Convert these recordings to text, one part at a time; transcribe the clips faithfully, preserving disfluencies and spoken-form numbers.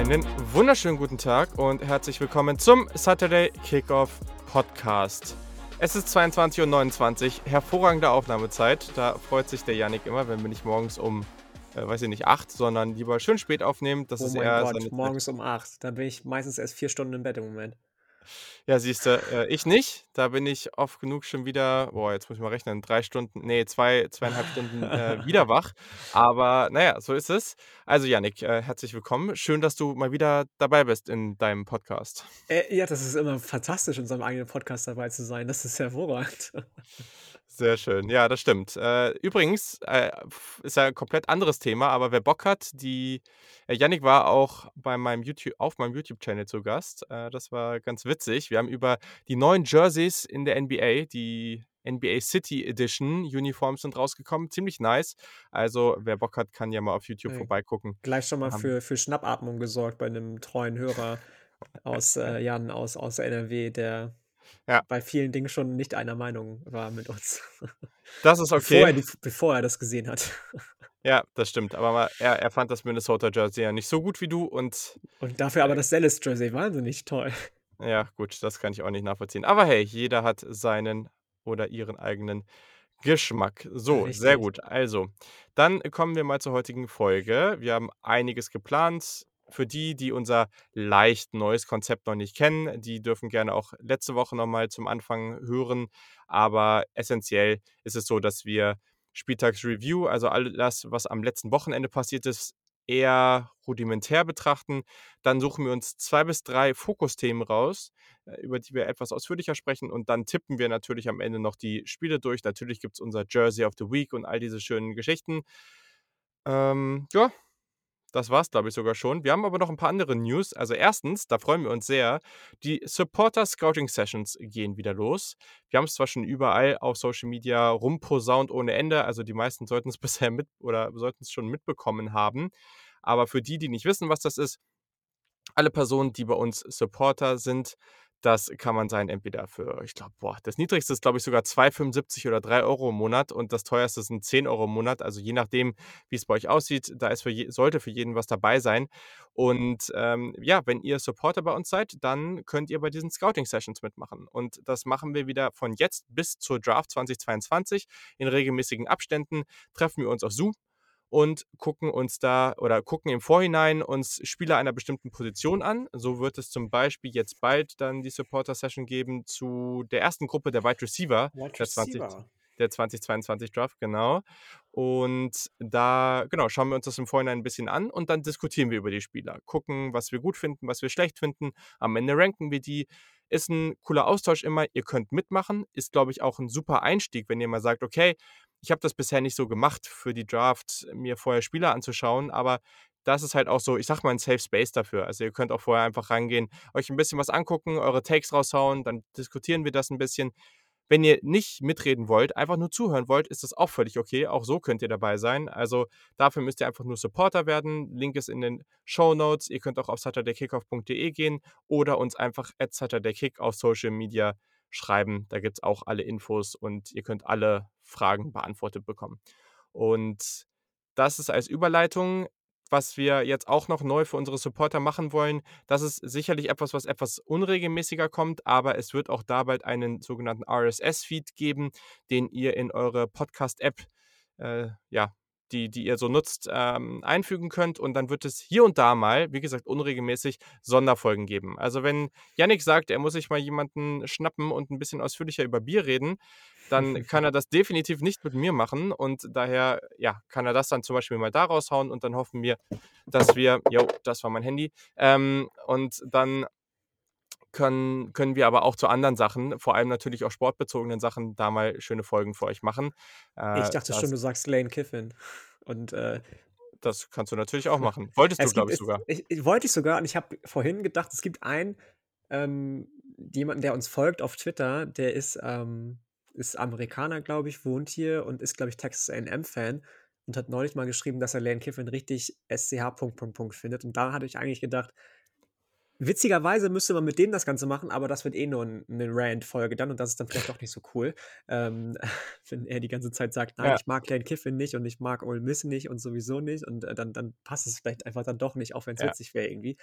Einen wunderschönen guten Tag und herzlich willkommen zum Saturday Kickoff Podcast. Es ist zweiundzwanzig Uhr neunundzwanzig, hervorragende Aufnahmezeit. Da freut sich der Yannick immer, wenn wir nicht morgens um, äh, weiß ich nicht, acht, sondern lieber schön spät aufnehmen. Das Oh ist mein eher Gott, seine Zeit. morgens um acht. Da bin ich meistens erst vier Stunden im Bett im Moment. Ja, siehste, äh, ich nicht. Da bin ich oft genug schon wieder, boah, jetzt muss ich mal rechnen, drei Stunden, nee, zwei, zweieinhalb Stunden äh, wieder wach. Aber naja, so ist es. Also Yannick, äh, herzlich willkommen. Schön, dass du mal wieder dabei bist in deinem Podcast. Äh, ja, das ist immer fantastisch, in seinem eigenen Podcast dabei zu sein. Das ist hervorragend. Sehr schön. Ja, das stimmt. Äh, übrigens, äh, f ist ja 'n komplett anderes Thema, aber wer Bock hat, die äh, Yannick war auch bei meinem YouTube auf meinem YouTube-Channel zu Gast. Äh, das war ganz witzig. Wir haben über die neuen Jerseys in der N B A, die N B A City Edition Uniforms sind rausgekommen, ziemlich nice. Also, wer Bock hat, kann ja mal auf YouTube Äh, vorbeigucken. Gleich schon Da mal haben für, für Schnappatmung gesorgt bei einem treuen Hörer aus äh, Jan aus, aus N R W, der ja, bei vielen Dingen schon nicht einer Meinung war mit uns. das ist bevor, okay. er die, bevor er das gesehen hat. Ja, das stimmt. Aber mal er er fand das Minnesota Jersey ja nicht so gut wie du und, Und dafür aber äh das Dallas Jersey wahnsinnig toll. ja, gut, das kann ich auch nicht nachvollziehen. Aber hey, jeder hat seinen oder ihren eigenen Geschmack. So, sehr Richtig. gut. Also, dann kommen wir mal zur heutigen Folge. Wir haben einiges geplant. Für die, die unser leicht neues Konzept noch nicht kennen, die dürfen gerne auch letzte Woche noch mal zum Anfang hören. Aber essentiell ist es so, dass wir Spieltagsreview, also all das, was am letzten Wochenende passiert ist, eher rudimentär betrachten. Dann suchen wir uns zwei bis drei Fokusthemen raus, äh, über die wir etwas ausführlicher sprechen und dann tippen wir natürlich am Ende noch die Spiele durch. Natürlich gibt's unser Jersey of the Week und all diese schönen Geschichten. Ähm, ja, das war's, glaube ich, sogar schon. Wir haben aber noch ein paar andere News. Also, erstens, da freuen wir uns sehr, die Supporter Scouting Sessions gehen wieder los. Wir haben es zwar schon überall auf Social Media rumposaunt ohne Ende, also die meisten sollten es bisher mit oder sollten es schon mitbekommen haben. Aber für die, die nicht wissen, was das ist, alle Personen, die bei uns Supporter sind, das kann man sein entweder für, ich glaube, boah, das niedrigste ist, glaube ich, sogar zwei fünfundsiebzig oder drei Euro im Monat und das teuerste sind zehn Euro im Monat. Also, je nachdem, wie es bei euch aussieht, da ist für je sollte für jeden was dabei sein. Und, ähm, ja, wenn ihr Supporter bei uns seid, dann könnt ihr bei diesen Scouting-Sessions mitmachen. Und das machen wir wieder von jetzt bis zur Draft zwanzig zweiundzwanzig. In regelmäßigen Abständen treffen wir uns auf Zoom und gucken uns da oder gucken im Vorhinein uns Spieler einer bestimmten Position an. So wird es zum Beispiel jetzt bald dann die Supporter-Session geben zu der ersten Gruppe der Wide Receiver Wide der zwanzig Receiver. der zwanzig zweiundzwanzig Draft, genau. Und da, genau, schauen wir uns das im Vorhinein ein bisschen an und dann diskutieren wir über die Spieler. Gucken, was wir gut finden, was wir schlecht finden. Am Ende ranken wir die. Ist ein cooler Austausch immer. Ihr könnt mitmachen. Ist, glaube ich, auch ein super Einstieg, wenn ihr mal sagt: „Okay, ich habe das bisher nicht so gemacht für die Draft, mir vorher Spieler anzuschauen, aber das ist halt auch so, ich sage mal, 'n Safe Space dafür. Also, ihr könnt auch vorher einfach rangehen, euch 'n bisschen was angucken, eure Takes raushauen, dann diskutieren wir das 'n bisschen. Wenn ihr nicht mitreden wollt, einfach nur zuhören wollt, ist das auch völlig okay. Auch so könnt ihr dabei sein. Also, dafür müsst ihr einfach nur Supporter werden. Link ist in den Shownotes. Ihr könnt auch auf saturdaykickoff punkt de gehen oder uns einfach at saturdaykick auf Social Media schreiben. Da gibt's auch alle Infos und ihr könnt alle Fragen beantwortet bekommen. Und das ist als Überleitung. Was wir jetzt auch noch neu für unsere Supporter machen wollen, das ist sicherlich etwas, was etwas unregelmäßiger kommt, aber es wird auch da bald einen sogenannten R S S-Feed geben, den ihr in eure Podcast-App, äh, ja, die die ihr so nutzt, ähm, einfügen könnt und dann wird es hier und da mal, wie gesagt, unregelmäßig Sonderfolgen geben. Also, wenn Yannick sagt, er muss sich mal jemanden schnappen und ein bisschen ausführlicher über Bier reden, dann kann er das definitiv nicht mit mir machen und daher, ja, kann er das dann zum Beispiel mal da raushauen und dann hoffen wir, dass wir jo, das war mein Handy. Ähm, und dann können können wir aber auch zu anderen Sachen, vor allem natürlich auch sportbezogenen Sachen, da mal schöne Folgen für euch machen. Ich Äh, dachte schon, das du sagst Lane Kiffin. Und äh, das kannst du natürlich auch machen. Wolltest du, Es gibt glaube ich, es sogar. ich ich wollte ich sogar und ich habe vorhin gedacht, es gibt einen, ähm jemanden, der uns folgt auf Twitter, der ist, ähm ist Amerikaner, glaube ich, wohnt hier und ist, glaube ich, Texas A and M-Fan und hat neulich mal geschrieben, dass er Lane Kiffin richtig S C H Punkt, Punkt, Punkt findet. Und da hatte ich eigentlich gedacht, Witzigerweise müsste man mit denen das Ganze machen, aber das wird eh nur 'n 'ne Rant-Folge dann und das ist dann vielleicht doch nicht so cool, ähm, wenn er die ganze Zeit sagt: „Nein, Ja. ich mag Lane Kiffin nicht und ich mag Ole Miss nicht und sowieso nicht“ und, äh, dann dann passt es vielleicht einfach dann doch nicht, auch wenn's Ja. witzig wäre irgendwie.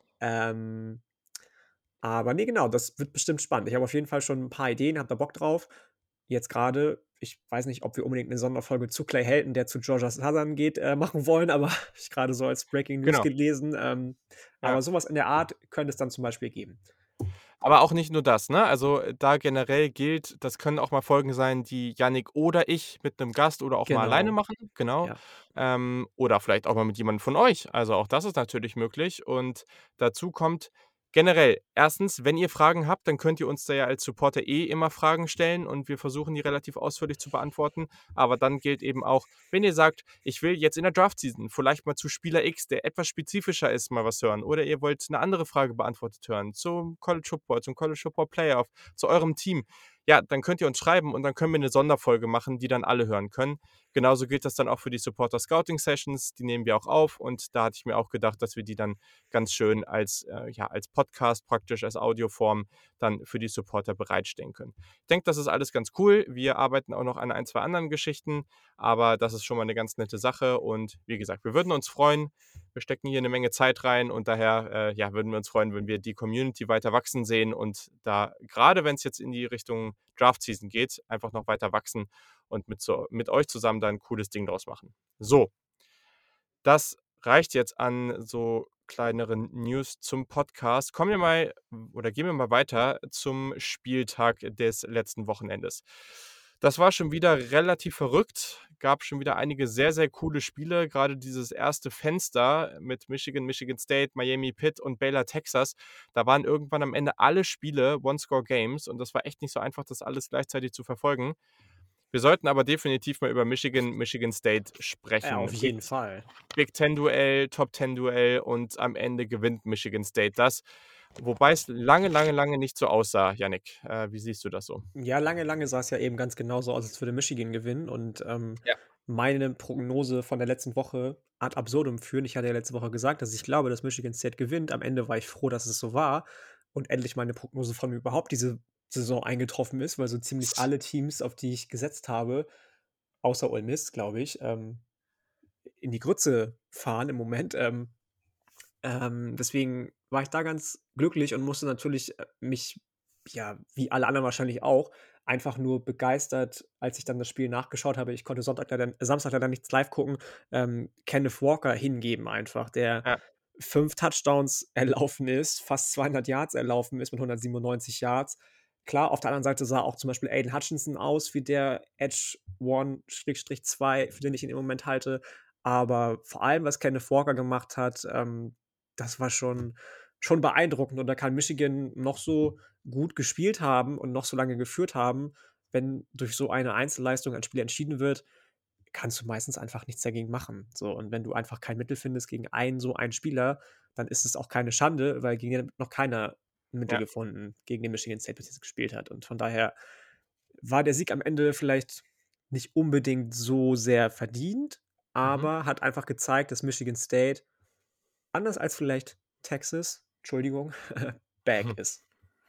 Ähm, aber ne, genau, das wird bestimmt spannend. Ich habe auf jeden Fall schon 'n paar Ideen, habe da Bock drauf. Jetzt grade ich weiß nicht, ob wir unbedingt 'ne Sonderfolge zu Clay Helton, der zu Georgia Southern geht, äh, machen wollen, aber habe ich grade so als Breaking News Genau. gelesen, ähm, Ja. aber so was in der Art könnte es dann zum Beispiel geben. Aber auch nicht nur das, ne? Also, da generell gilt, das können auch mal Folgen sein, die Jannik oder ich mit 'nem Gast oder auch mal alleine Genau. machen, genau. Ja. Ähm, oder vielleicht auch mal mit jemandem von euch. Also, auch das ist natürlich möglich und dazu kommt generell, erstens, wenn ihr Fragen habt, dann könnt ihr uns da ja als Supporter eh immer Fragen stellen und wir versuchen, die relativ ausführlich zu beantworten. Aber dann gilt eben auch, wenn ihr sagt: „Ich will jetzt in der Draft-Season vielleicht mal zu Spieler X, der etwas spezifischer ist, mal was hören“ oder ihr wollt 'ne andere Frage beantwortet hören zum College Football, zum College Football Playoff, zu eurem Team. Ja, dann könnt ihr uns schreiben und dann können wir 'ne Sonderfolge machen, die dann alle hören können. Genauso gilt das dann auch für die Supporter-Scouting-Sessions, die nehmen wir auch auf und da hatte ich mir auch gedacht, dass wir die dann ganz schön als, äh, ja, als Podcast praktisch, als Audioform dann für die Supporter bereitstellen können. Ich denke, das ist alles ganz cool. Wir arbeiten auch noch an ein, zwei anderen Geschichten, aber das ist schon mal 'ne ganz nette Sache und wie gesagt, wir würden uns freuen. Wir stecken hier 'ne Menge Zeit rein und daher, äh, ja, würden wir uns freuen, wenn wir die Community weiter wachsen sehen und da grade wenn's jetzt in die Richtung Draft-Season geht, einfach noch weiter wachsen und mit so mit euch zusammen da 'n cooles Ding draus machen. So. Das reicht jetzt an so kleineren News zum Podcast. Kommen wir mal oder gehen wir mal weiter zum Spieltag des letzten Wochenendes. Das war schon wieder relativ verrückt. Gab schon wieder einige sehr, sehr coole Spiele. Grade dieses erste Fenster mit Michigan, Michigan State, Miami Pitt und Baylor, Texas. Da waren irgendwann am Ende alle Spiele One-Score-Games und das war echt nicht so einfach, das alles gleichzeitig zu verfolgen. Wir sollten aber definitiv mal über Michigan, Michigan State Ja, auf sprechen. Big jeden Fall. Big Ten-Duell, Top-Ten-Duell und am Ende gewinnt Michigan State das, wobei es lange, lange, lange nicht so aussah, Jannik. Äh, wie siehst du das so? Ja, lange, lange sah's ja eben ganz genauso aus, als würde Michigan gewinnen und, ähm, Ja. meine Prognose von der letzten Woche ad absurdum führen. Ich hatte ja letzte Woche gesagt, dass ich glaube, dass Michigan State gewinnt. Am Ende war ich froh, dass es so war und endlich meine Prognose von mir überhaupt diese Saison eingetroffen ist, weil so ziemlich alle Teams, auf die ich gesetzt habe, außer Ole Miss, glaube ich, ähm, in die Grütze fahren im Moment. Ähm, ähm, deswegen war ich da ganz glücklich und musste natürlich, äh, mich, ja, wie alle anderen wahrscheinlich auch, einfach nur begeistert, als ich dann das Spiel nachgeschaut habe ich konnte Sonntag leider Samstag leider nichts live gucken, ähm, Kenneth Walker hingeben einfach, der Ja. fünf Touchdowns erlaufen ist, fast zweihundert Yards erlaufen ist mit hundertsiebenundneunzig Yards. Klar, auf der anderen Seite sah auch zum Beispiel Aiden Hutchinson aus wie der Edge One Schrägstrich zwei, für den ich ihn im Moment halte. Aber vor allem, was Kenneth Walker gemacht hat, ähm, das war schon schon beeindruckend und da kann Michigan noch so gut gespielt haben und noch so lange geführt haben. Wenn durch so eine Einzelleistung ein Spiel entschieden wird, kannst du meistens einfach nichts dagegen machen. So, und wenn du einfach kein Mittel findest gegen einen so einen Spieler, dann ist es auch keine Schande, weil gegen den hat noch keiner 'n Mittel Ja. gefunden, gegen den Michigan State bis jetzt gespielt hat. Und von daher war der Sieg am Ende vielleicht nicht unbedingt so sehr verdient, Mhm. aber hat einfach gezeigt, dass Michigan State anders als vielleicht Texas, Entschuldigung, back ist.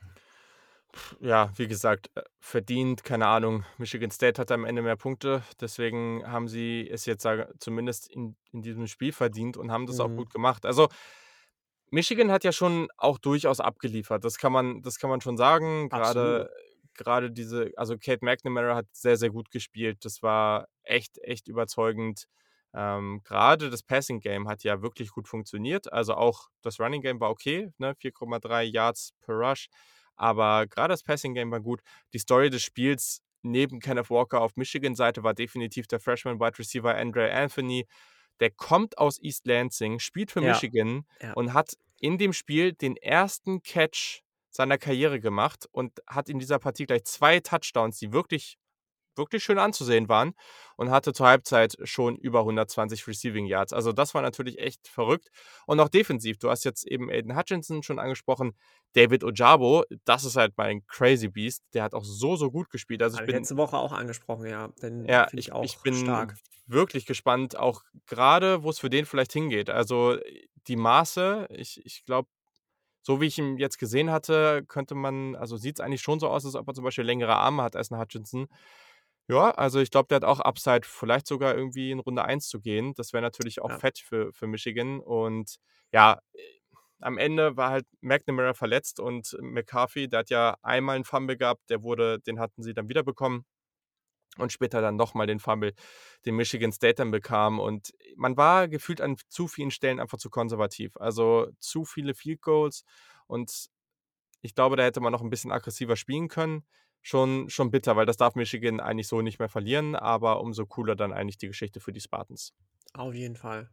Ja, wie gesagt, äh, verdient, keine Ahnung. Michigan State hatte am Ende mehr Punkte, deswegen haben sie es jetzt, sage zumindest in in diesem Spiel verdient und haben das auch Mhm. gut gemacht. Also, Michigan hat ja schon auch durchaus abgeliefert. Das kann man das kann man schon sagen. Absolut. Grade grade diese also, Cade McNamara hat sehr, sehr gut gespielt. Das war echt, echt überzeugend. Ähm, grade das Passing Game hat ja wirklich gut funktioniert. Also, auch das Running Game war okay, ne, vier Komma drei Yards per Rush, aber grade das Passing Game war gut. Die Story des Spiels neben Kenneth Walker auf Michigan-Seite war definitiv der Freshman Wide Receiver Andre Anthony. Der kommt aus East Lansing, spielt für Ja, Michigan ja. und hat in dem Spiel den ersten Catch seiner Karriere gemacht und hat in dieser Partie gleich zwei Touchdowns, die wirklich, wirklich schön anzusehen waren und hatte zur Halbzeit schon über hundertzwanzig Receiving Yards. Also, das war natürlich echt verrückt und auch defensiv. Du hast jetzt eben Aiden Hutchinson schon angesprochen. David Ojabo, das ist halt mein Crazy Beast. Der hat auch so, so gut gespielt. Also, ich Habe ich bin letzte Woche auch angesprochen, ja. Den ja, finde ich ich ich auch bin stark. wirklich gespannt, auch grade, wo's für den vielleicht hingeht. Also, die Maße, ich ich glaube so wie ich ihn jetzt gesehen hatte, könnte man also sieht's eigentlich schon so aus, als ob er zum Beispiel längere Arme hat als 'n Hutchinson. Ja, also ich glaube, der hat auch Upside, vielleicht sogar irgendwie in Runde eins zu gehen. Das wäre natürlich auch Ja. fett für für Michigan und ja, äh, am Ende war halt McNamara verletzt und McCarthy, der hat ja einmal 'n Fumble gehabt, der wurde den hatten sie dann wiederbekommen und später dann noch mal den Fumble, den Michigan State dann bekam. Und man war gefühlt an zu vielen Stellen einfach zu konservativ. Also, zu viele Field Goals und ich glaube, da hätte man noch 'n bisschen aggressiver spielen können. Schon schon bitter, weil das darf Michigan eigentlich so nicht mehr verlieren, aber umso cooler dann eigentlich die Geschichte für die Spartans. Auf jeden Fall.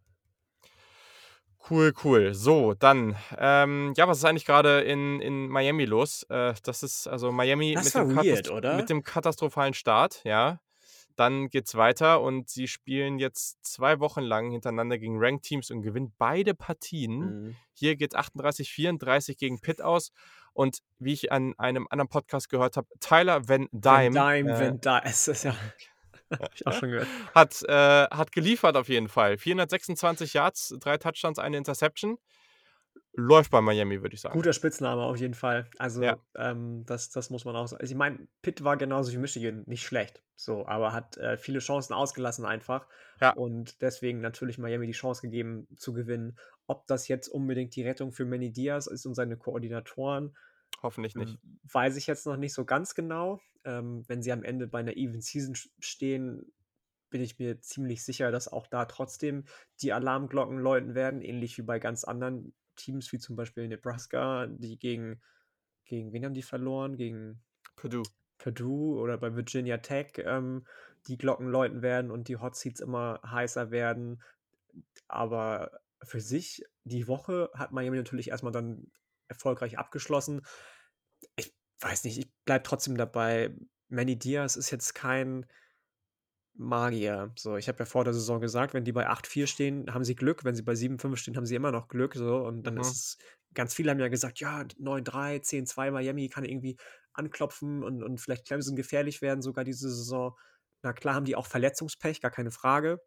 Cool, cool. So, dann, ähm, ja, was ist eigentlich grade in in Miami los? Äh, das ist also Miami Das mit dem war weird, Katast mit oder? dem katastrophalen Start, ja. Dann geht's weiter und sie spielen jetzt zwei Wochen lang hintereinander gegen Ranked Teams und gewinnen beide Partien. Mhm. Hier geht's achtunddreißig vierunddreißig gegen Pitt aus und wie ich an einem anderen Podcast gehört habe, Tyler Van Van Dyne, Dyne, äh Van Dy es ist ja habe ich auch schon gehört. hat äh, hat geliefert auf jeden Fall. vierhundertsechsundzwanzig Yards, drei Touchdowns, eine Interception. Läuft bei Miami, würde ich sagen. Guter Spitzname auf jeden Fall. Ja. Also, ähm, das das muss man auch sa also, ich meine, Pitt war genauso wie Michigan nicht schlecht, so, aber hat, äh, viele Chancen ausgelassen einfach Ja. und deswegen natürlich Miami die Chance gegeben zu gewinnen. Ob das jetzt unbedingt die Rettung für Manny Diaz ist und seine Koordinatoren, Hoffentlich w nicht. weiß ich jetzt noch nicht so ganz genau. Ähm, wenn sie am Ende bei 'ner Even Season sch stehen, bin ich mir ziemlich sicher, dass auch da trotzdem die Alarmglocken läuten werden, ähnlich wie bei ganz anderen Teams, wie zum Beispiel Nebraska, die gegen gegen wen haben die verloren? Gegen Purdue. Purdue oder bei Virginia Tech, ähm, die Glocken läuten werden und die Hot Seats immer heißer werden. Aber für sich die Woche hat Miami natürlich erst mal dann erfolgreich abgeschlossen. Ich weiß nicht, ich bleibe trotzdem dabei. Manny Diaz ist jetzt kein Magier. So, ich habe ja vor der Saison gesagt, wenn die bei acht vier stehen, haben sie Glück. Wenn sie bei sieben fünf stehen, haben sie immer noch Glück, so. Und dann ist Mhm. es ganz viele haben ja gesagt: „Ja, neun drei, zehn zwei, Miami kann irgendwie anklopfen und und vielleicht Clemson gefährlich werden sogar diese Saison.“ Na klar haben die auch Verletzungspech, gar keine Frage,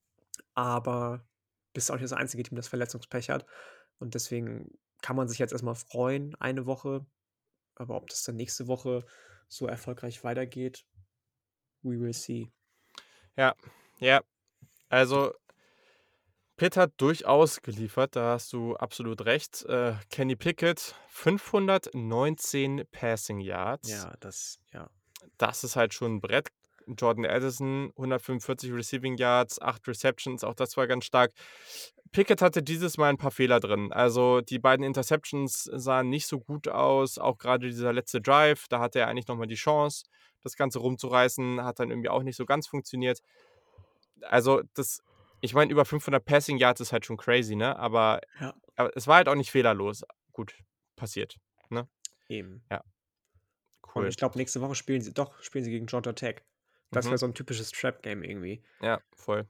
aber bist auch nicht das einzige Team, das Verletzungspech hat. Und deswegen kann man sich jetzt erst mal freuen, eine Woche, aber ob das dann nächste Woche so erfolgreich weitergeht, we will see. Ja, ja. Also Pitt hat durchaus geliefert, da hast du absolut recht. Äh, Kenny Pickett, fünfhundertneunzehn Passing Yards. Ja, das ja. Das ist halt schon 'n Brett. Jordan Addison, hundertfünfundvierzig Receiving Yards, acht Receptions, auch das war ganz stark. Pickett hatte dieses Mal 'n paar Fehler drin. Also, die beiden Interceptions sahen nicht so gut aus, auch grade dieser letzte Drive, da hatte er eigentlich noch mal die Chance, das Ganze rumzureißen, hat dann irgendwie auch nicht so ganz funktioniert. Also, das ich meine, über fünfhundert Passing Yards ist halt schon crazy, ne? Aber Ja. aber es war halt auch nicht fehlerlos. Gut, passiert, ne? Eben. Ja. Und Cool. ich glaube, nächste Woche spielen sie doch, spielen sie gegen Georgia Tech. Das Mhm. wäre so 'n typisches Trap-Game irgendwie. Ja, voll.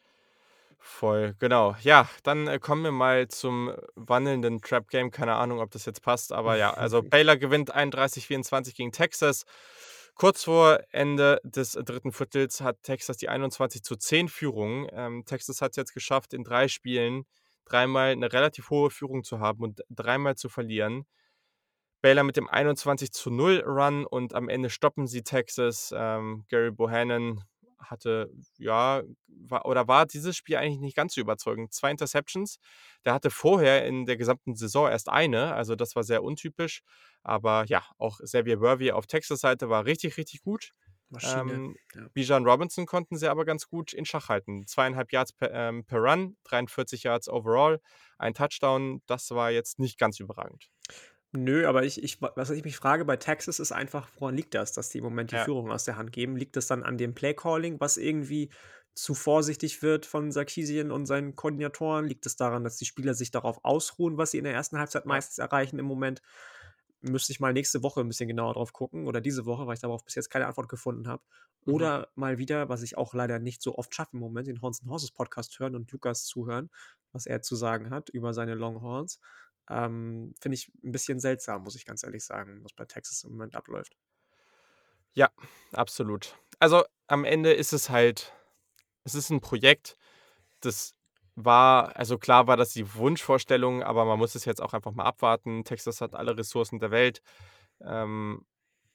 Voll, genau. Ja, dann, äh, kommen wir mal zum wandelnden Trap-Game. Keine Ahnung, ob das jetzt passt, aber ja. Also, Baylor gewinnt einunddreißig vierundzwanzig gegen Texas. Kurz vor Ende des dritten Viertels hat Texas die einundzwanzig zu zehn Führung. Ähm, Texas hat's jetzt geschafft, in drei Spielen dreimal 'ne relativ hohe Führung zu haben und dreimal zu verlieren. Baylor mit dem einundzwanzig zu null Run und am Ende stoppen sie Texas. Ähm, Gary Bohanon hatte ja, war oder war dieses Spiel eigentlich nicht ganz so überzeugend. zwei Interceptions. Der hatte vorher in der gesamten Saison erst eine, also das war sehr untypisch. Aber ja, auch Xavier Worthy auf Texas Seite war richtig, richtig gut. Maschine, Ähm, ja. Bijan Robinson konnten sie aber ganz gut in Schach halten. zweieinhalb Yards per ähm, per Run, dreiundvierzig Yards overall, ein Touchdown. Das war jetzt nicht ganz überragend. Nö, aber ich ich was ich mich frage bei Texas ist einfach, woran liegt das, dass die im Moment die Ja. Führung aus der Hand geben? Liegt das dann an dem Play-Calling, was irgendwie zu vorsichtig wird von Sarkisian und seinen Koordinatoren? Liegt es daran, dass die Spieler sich darauf ausruhen, was sie in der ersten Halbzeit Ja. meistens erreichen im Moment? Müsste ich mal nächste Woche 'n bisschen genauer drauf gucken oder diese Woche, weil ich darauf bis jetzt keine Antwort gefunden habe. Mhm. Oder mal wieder, was ich auch leider nicht so oft schaffe im Moment, den Horns and Horses Podcast hören und Lukas zuhören, was er zu sagen hat über seine Longhorns. Ähm, finde ich 'n bisschen seltsam, muss ich ganz ehrlich sagen, was bei Texas im Moment abläuft. Ja, absolut. Also, am Ende ist es halt es ist 'n Projekt, das war also klar war das die Wunschvorstellung, aber man muss es jetzt auch einfach mal abwarten. Texas hat alle Ressourcen der Welt. Ähm,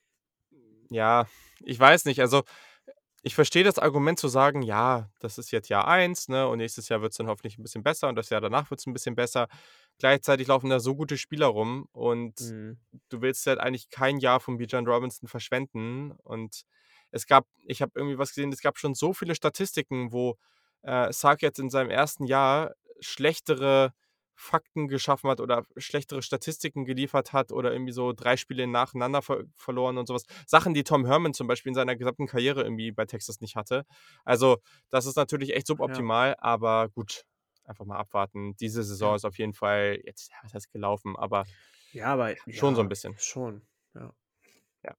ja, ich weiß nicht. Also, ich verstehe das Argument zu sagen: „Ja, das ist jetzt Jahr eins, ne, und nächstes Jahr wird's dann hoffentlich 'n bisschen besser und das Jahr danach wird's 'n bisschen besser.“ Gleichzeitig laufen da so gute Spieler rum und Mhm. du willst halt eigentlich kein Jahr von Bijan Robinson verschwenden. Und es gab ich habe irgendwie was gesehen, es gab schon so viele Statistiken, wo, äh, Sark jetzt in seinem ersten Jahr schlechtere Fakten geschaffen hat oder schlechtere Statistiken geliefert hat oder irgendwie so drei Spiele nacheinander ver verloren und so was. Sachen, die Tom Herman zum Beispiel in seiner gesamten Karriere irgendwie bei Texas nicht hatte. Also, das ist natürlich echt Ja, suboptimal, aber gut, einfach mal abwarten. Diese Saison ja. ist auf jeden Fall jetzt ja, was heißt gelaufen, aber Ja, aber schon so 'n ja, bisschen, schon, ja. ja.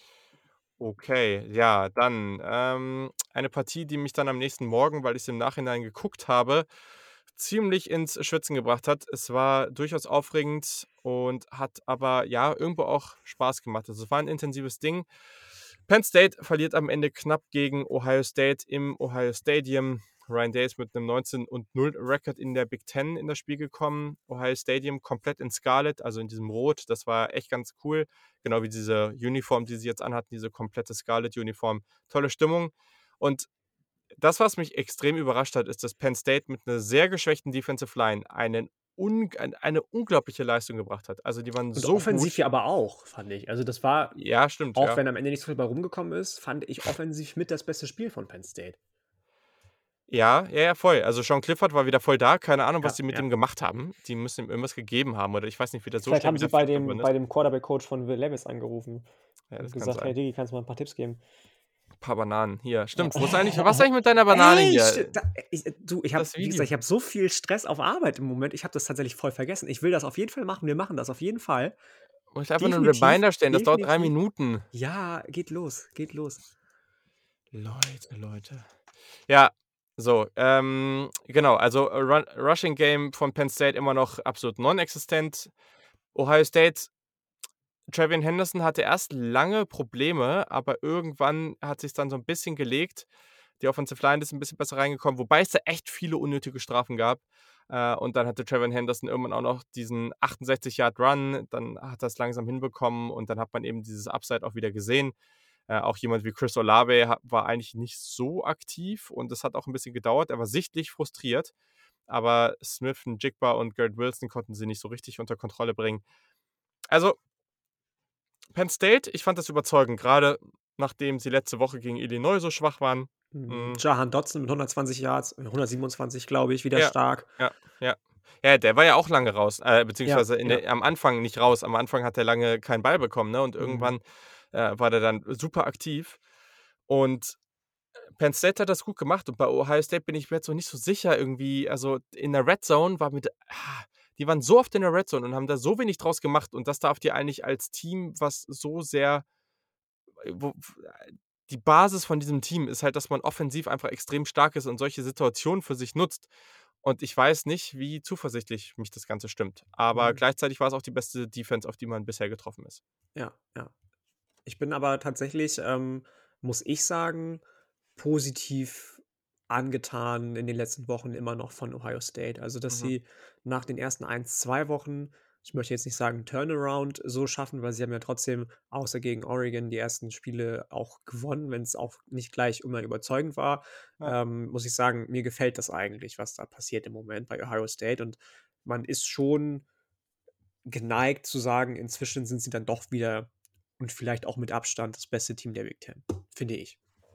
Okay, ja, dann, ähm, eine Partie, die mich dann am nächsten Morgen, weil ich's im Nachhinein geguckt habe, ziemlich ins Schwitzen gebracht hat. Es war durchaus aufregend und hat aber, ja, irgendwo auch Spaß gemacht. Also, es war 'n intensives Ding. Penn State verliert am Ende knapp gegen Ohio State im Ohio Stadium. Ryan Day ist mit 'nem neunzehn und null Record in der Big Ten in das Spiel gekommen. Ohio Stadium komplett in Scarlet, also in diesem Rot. Das war echt ganz cool. Genau wie diese Uniform, die sie jetzt anhatten, diese komplette Scarlet-Uniform. Tolle Stimmung. Und das, was mich extrem überrascht hat, ist, dass Penn State mit 'ner sehr geschwächten Defensive Line einen un ein eine unglaubliche Leistung gebracht hat. Also, die waren Und so offensiv gut. ja aber auch, fand ich. Also, das war, Ja, stimmt, auch ja. wenn am Ende nicht so viel bei rumgekommen ist, fand ich offensiv mit das beste Spiel von Penn State. Ja, ja, ja, voll. Also, Sean Clifford war wieder voll da. Keine Ahnung, was Ja, die mit ja. ihm gemacht haben. Die müssen ihm irgendwas gegeben haben oder ich weiß nicht, wie der so Vielleicht schnell haben sie wieder bei fit dem geworden bei ist. dem Quarterback-Coach von Will Levis angerufen Ja, und das kann gesagt: „Hey sein. Digi, kannst du mal 'n paar Tipps geben?“ Paar Bananen. Hier, Ja. stimmt. Wo ist eigentlich was ist eigentlich mit deiner Banane Ey, hier? sti da ich äh, du, ich habe Das wie gesagt, Video. ich habe so viel Stress auf Arbeit im Moment, ich habe das tatsächlich voll vergessen. Ich will das auf jeden Fall machen. Wir machen das auf jeden Fall. Muss ich einfach 'nen Definitiv, Reminder stellen, das dauert drei definitiv. Minuten. Ja, geht los, geht los. Leute, Leute. Ja, so, ähm, genau, also, äh, Run Rushing Game von Penn State immer noch absolut non-existent. Ohio State TreVeyon Henderson hatte erst lange Probleme, aber irgendwann hat sich's dann so 'n bisschen gelegt. Die Offensive Line ist 'n bisschen besser reingekommen, wobei es da echt viele unnötige Strafen gab. Äh, und dann hatte TreVeyon Henderson irgendwann auch noch diesen achtundsechzig Yard Run. Dann hat er's langsam hinbekommen und dann hat man eben dieses Upside auch wieder gesehen. Äh, auch jemand wie Chris Olave ha war eigentlich nicht so aktiv und es hat auch 'n bisschen gedauert. Er war sichtlich frustriert, aber Smith, Njigba und Garrett Wilson konnten sie nicht so richtig unter Kontrolle bringen. Also Penn State, ich fand das überzeugend, grade nachdem sie letzte Woche gegen Illinois so schwach waren. Mhm. Hm, Jahan Dotson mit hundertzwanzig Yards, äh, hundertsiebenundzwanzig, glaube ich, wieder ja, stark. ja, ja. Ja, der war ja auch lange raus, äh, Ja, beziehungsweise in ja. der am Anfang nicht raus. Am Anfang hat er lange keinen Ball bekommen, ne, und Mhm. irgendwann, äh, war der dann super aktiv. Und Penn State hat das gut gemacht und bei Ohio State bin ich mir jetzt noch nicht so sicher irgendwie. Also, in der Red Zone war mit ah, die waren so oft in der Red Zone und haben da so wenig draus gemacht und das darf dir eigentlich als Team, was so sehr äh, wo f äh, die Basis von diesem Team ist halt, dass man offensiv einfach extrem stark ist und solche Situationen für sich nutzt. Und ich weiß nicht, wie zuversichtlich mich das Ganze stimmt. Aber Mhm. gleichzeitig war es auch die beste Defense, auf die man bisher getroffen ist. Ja, ja. Ich bin aber tatsächlich, ähm, muss ich sagen, positiv angetan in den letzten Wochen immer noch von Ohio State. Also, dass Mhm. sie nach den ersten ein zwei Wochen, ich möchte jetzt nicht sagen Turnaround so schaffen, weil sie haben ja trotzdem außer gegen Oregon die ersten Spiele auch gewonnen, wenn es auch nicht gleich immer überzeugend war. Ja. Ähm, muss ich sagen, mir gefällt das eigentlich, was da passiert im Moment bei Ohio State und man ist schon geneigt zu sagen, inzwischen sind sie dann doch wieder und vielleicht auch mit Abstand das beste Team der Big Ten, finde ich.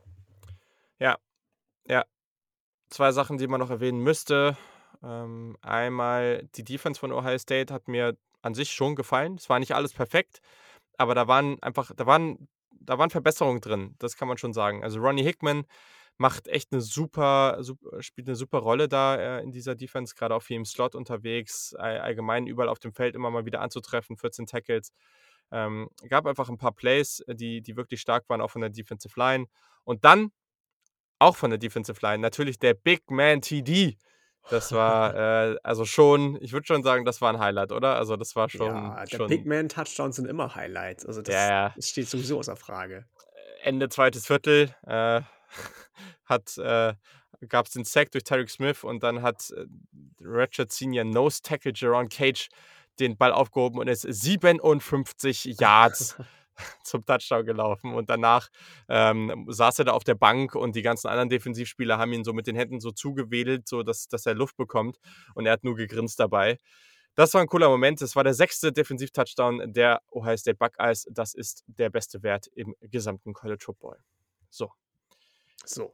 Ja, ja. zwei Sachen, die man noch erwähnen müsste. Ähm, einmal die Defense von Ohio State hat mir an sich schon gefallen. Es war nicht alles perfekt, aber da waren einfach da waren da waren Verbesserungen drin, das kann man schon sagen. Also, Ronnie Hickman macht echt 'ne super sup spielt 'ne super Rolle da, äh, in dieser Defense, grade auch viel im Slot unterwegs, all allgemein überall auf dem Feld immer mal wieder anzutreffen, vierzehn Tackles. Ähm, gab einfach 'n paar Plays, äh, die die wirklich stark waren, auch von der Defensive Line. Und dann auch von der Defensive Line. Natürlich der Big Man T D. Das war, äh, also schon ich würde schon sagen, das war 'n Highlight, oder? Also, das war schon Ja, der Big schon Man Touchdowns sind immer Highlights. Also, ja, das ja. das steht sowieso außer Frage. Ende zweites Viertel, äh, hat, äh gab es den Sack durch Tyreek Smith und dann hat äh, Ratchet Senior Nose Tackle Jerron Cage den Ball aufgehoben und ist siebenundfünfzig Yards zum Touchdown gelaufen. Und danach ähm, saß er da auf der Bank und die ganzen anderen Defensivspieler haben ihn so mit den Händen so zugewedelt, so dass, dass er Luft bekommt. Und er hat nur gegrinst dabei. Das war ein cooler Moment. Das war der sechste Defensiv-Touchdown der Ohio State Buckeyes. Das ist der beste Wert im gesamten College Football. So, So.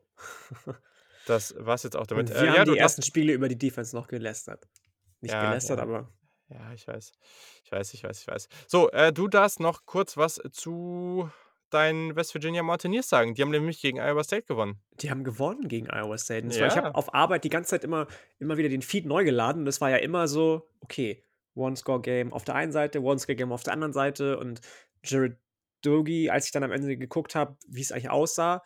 das war's jetzt auch damit. Und Äh, wir ja, haben du die ersten darfst. Spiele über die Defense noch gelästert. Nicht Ja, gelästert, ja, aber ja, ich weiß. Ich weiß, ich weiß, ich weiß. So, äh, du darfst noch kurz was zu deinen West Virginia Mountaineers sagen. Die haben nämlich gegen Iowa State gewonnen. die haben gewonnen gegen Iowa State. Und zwar, ich habe Ja. auf Arbeit die ganze Zeit immer, immer wieder den Feed neu geladen. Und es war ja immer so, okay, One-Score-Game auf der einen Seite, One-Score-Game auf der anderen Seite. Und Jared Dogie, als ich dann am Ende geguckt habe, wie es eigentlich aussah,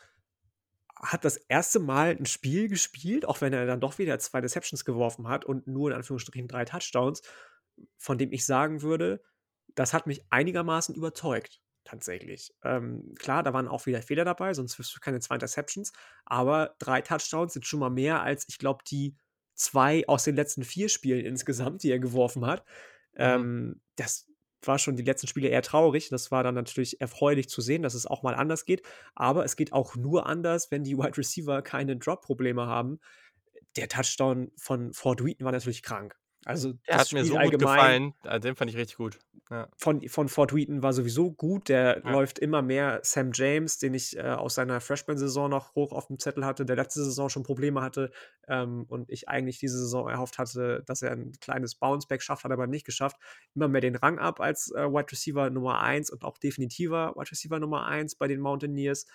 hat das erste Mal ein Spiel gespielt, auch wenn er dann doch wieder zwei Deceptions geworfen hat und nur in Anführungsstrichen drei Touchdowns, von dem ich sagen würde, das hat mich einigermaßen überzeugt, tatsächlich. Ähm, klar, da waren auch wieder Fehler dabei, sonst wirst du keine zwei Interceptions, aber drei Touchdowns sind schon mal mehr als, ich glaube, die zwei aus den letzten vier Spielen insgesamt, die er geworfen hat. Mhm. Ähm, das war schon die letzten Spiele eher traurig. Das war dann natürlich erfreulich zu sehen, dass es auch mal anders geht. Aber es geht auch nur anders, wenn die Wide Receiver keine Drop-Probleme haben. Der Touchdown von Fort Wheaton war natürlich krank. Also Der das hat mir Spiel so gut allgemein gefallen. Ah, den fand ich richtig gut. Ja. von, von Fort Wheaton war sowieso gut. Der Ja. läuft immer mehr. Sam James, den ich äh, aus seiner Freshman-Saison noch hoch auf dem Zettel hatte, der letzte Saison schon Probleme hatte ähm, und ich eigentlich diese Saison erhofft hatte, dass er ein kleines Bounceback schafft, hat er aber nicht geschafft. Immer mehr den Rang ab als äh, Wide Receiver Nummer eins und auch definitiver Wide Receiver Nummer eins bei den Mountaineers.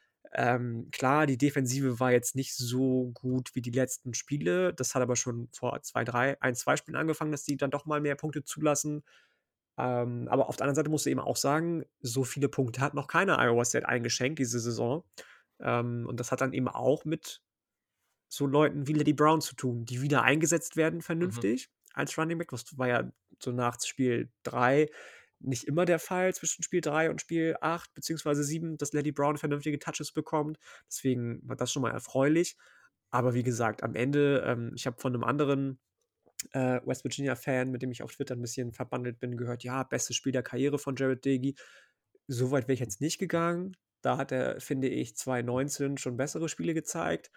Ähm, klar, die Defensive war jetzt nicht so gut wie die letzten Spiele. Das hat aber schon vor zwei, drei, ein, zwei Spielen angefangen, dass die dann doch mal mehr Punkte zulassen. Ähm, aber auf der anderen Seite musst du eben auch sagen, so viele Punkte hat noch keine Iowa State eingeschenkt diese Saison. Ähm, und das hat dann eben auch mit so Leuten wie Lady Brown zu tun, die wieder eingesetzt werden Mhm. vernünftig als Running Back. Das war ja so nach Spiel drei nicht immer der Fall zwischen Spiel drei und Spiel acht beziehungsweise sieben, dass Lady Brown vernünftige Touches bekommt. Deswegen war das schon mal erfreulich. Aber wie gesagt, am Ende, ähm, ich habe von einem anderen äh, West Virginia-Fan, mit dem ich auf Twitter ein bisschen verbandelt bin, gehört, ja, bestes Spiel der Karriere von Jared Dagey. So weit wäre ich jetzt nicht gegangen. Da hat er, finde ich, zwanzig neunzehn schon bessere Spiele gezeigt.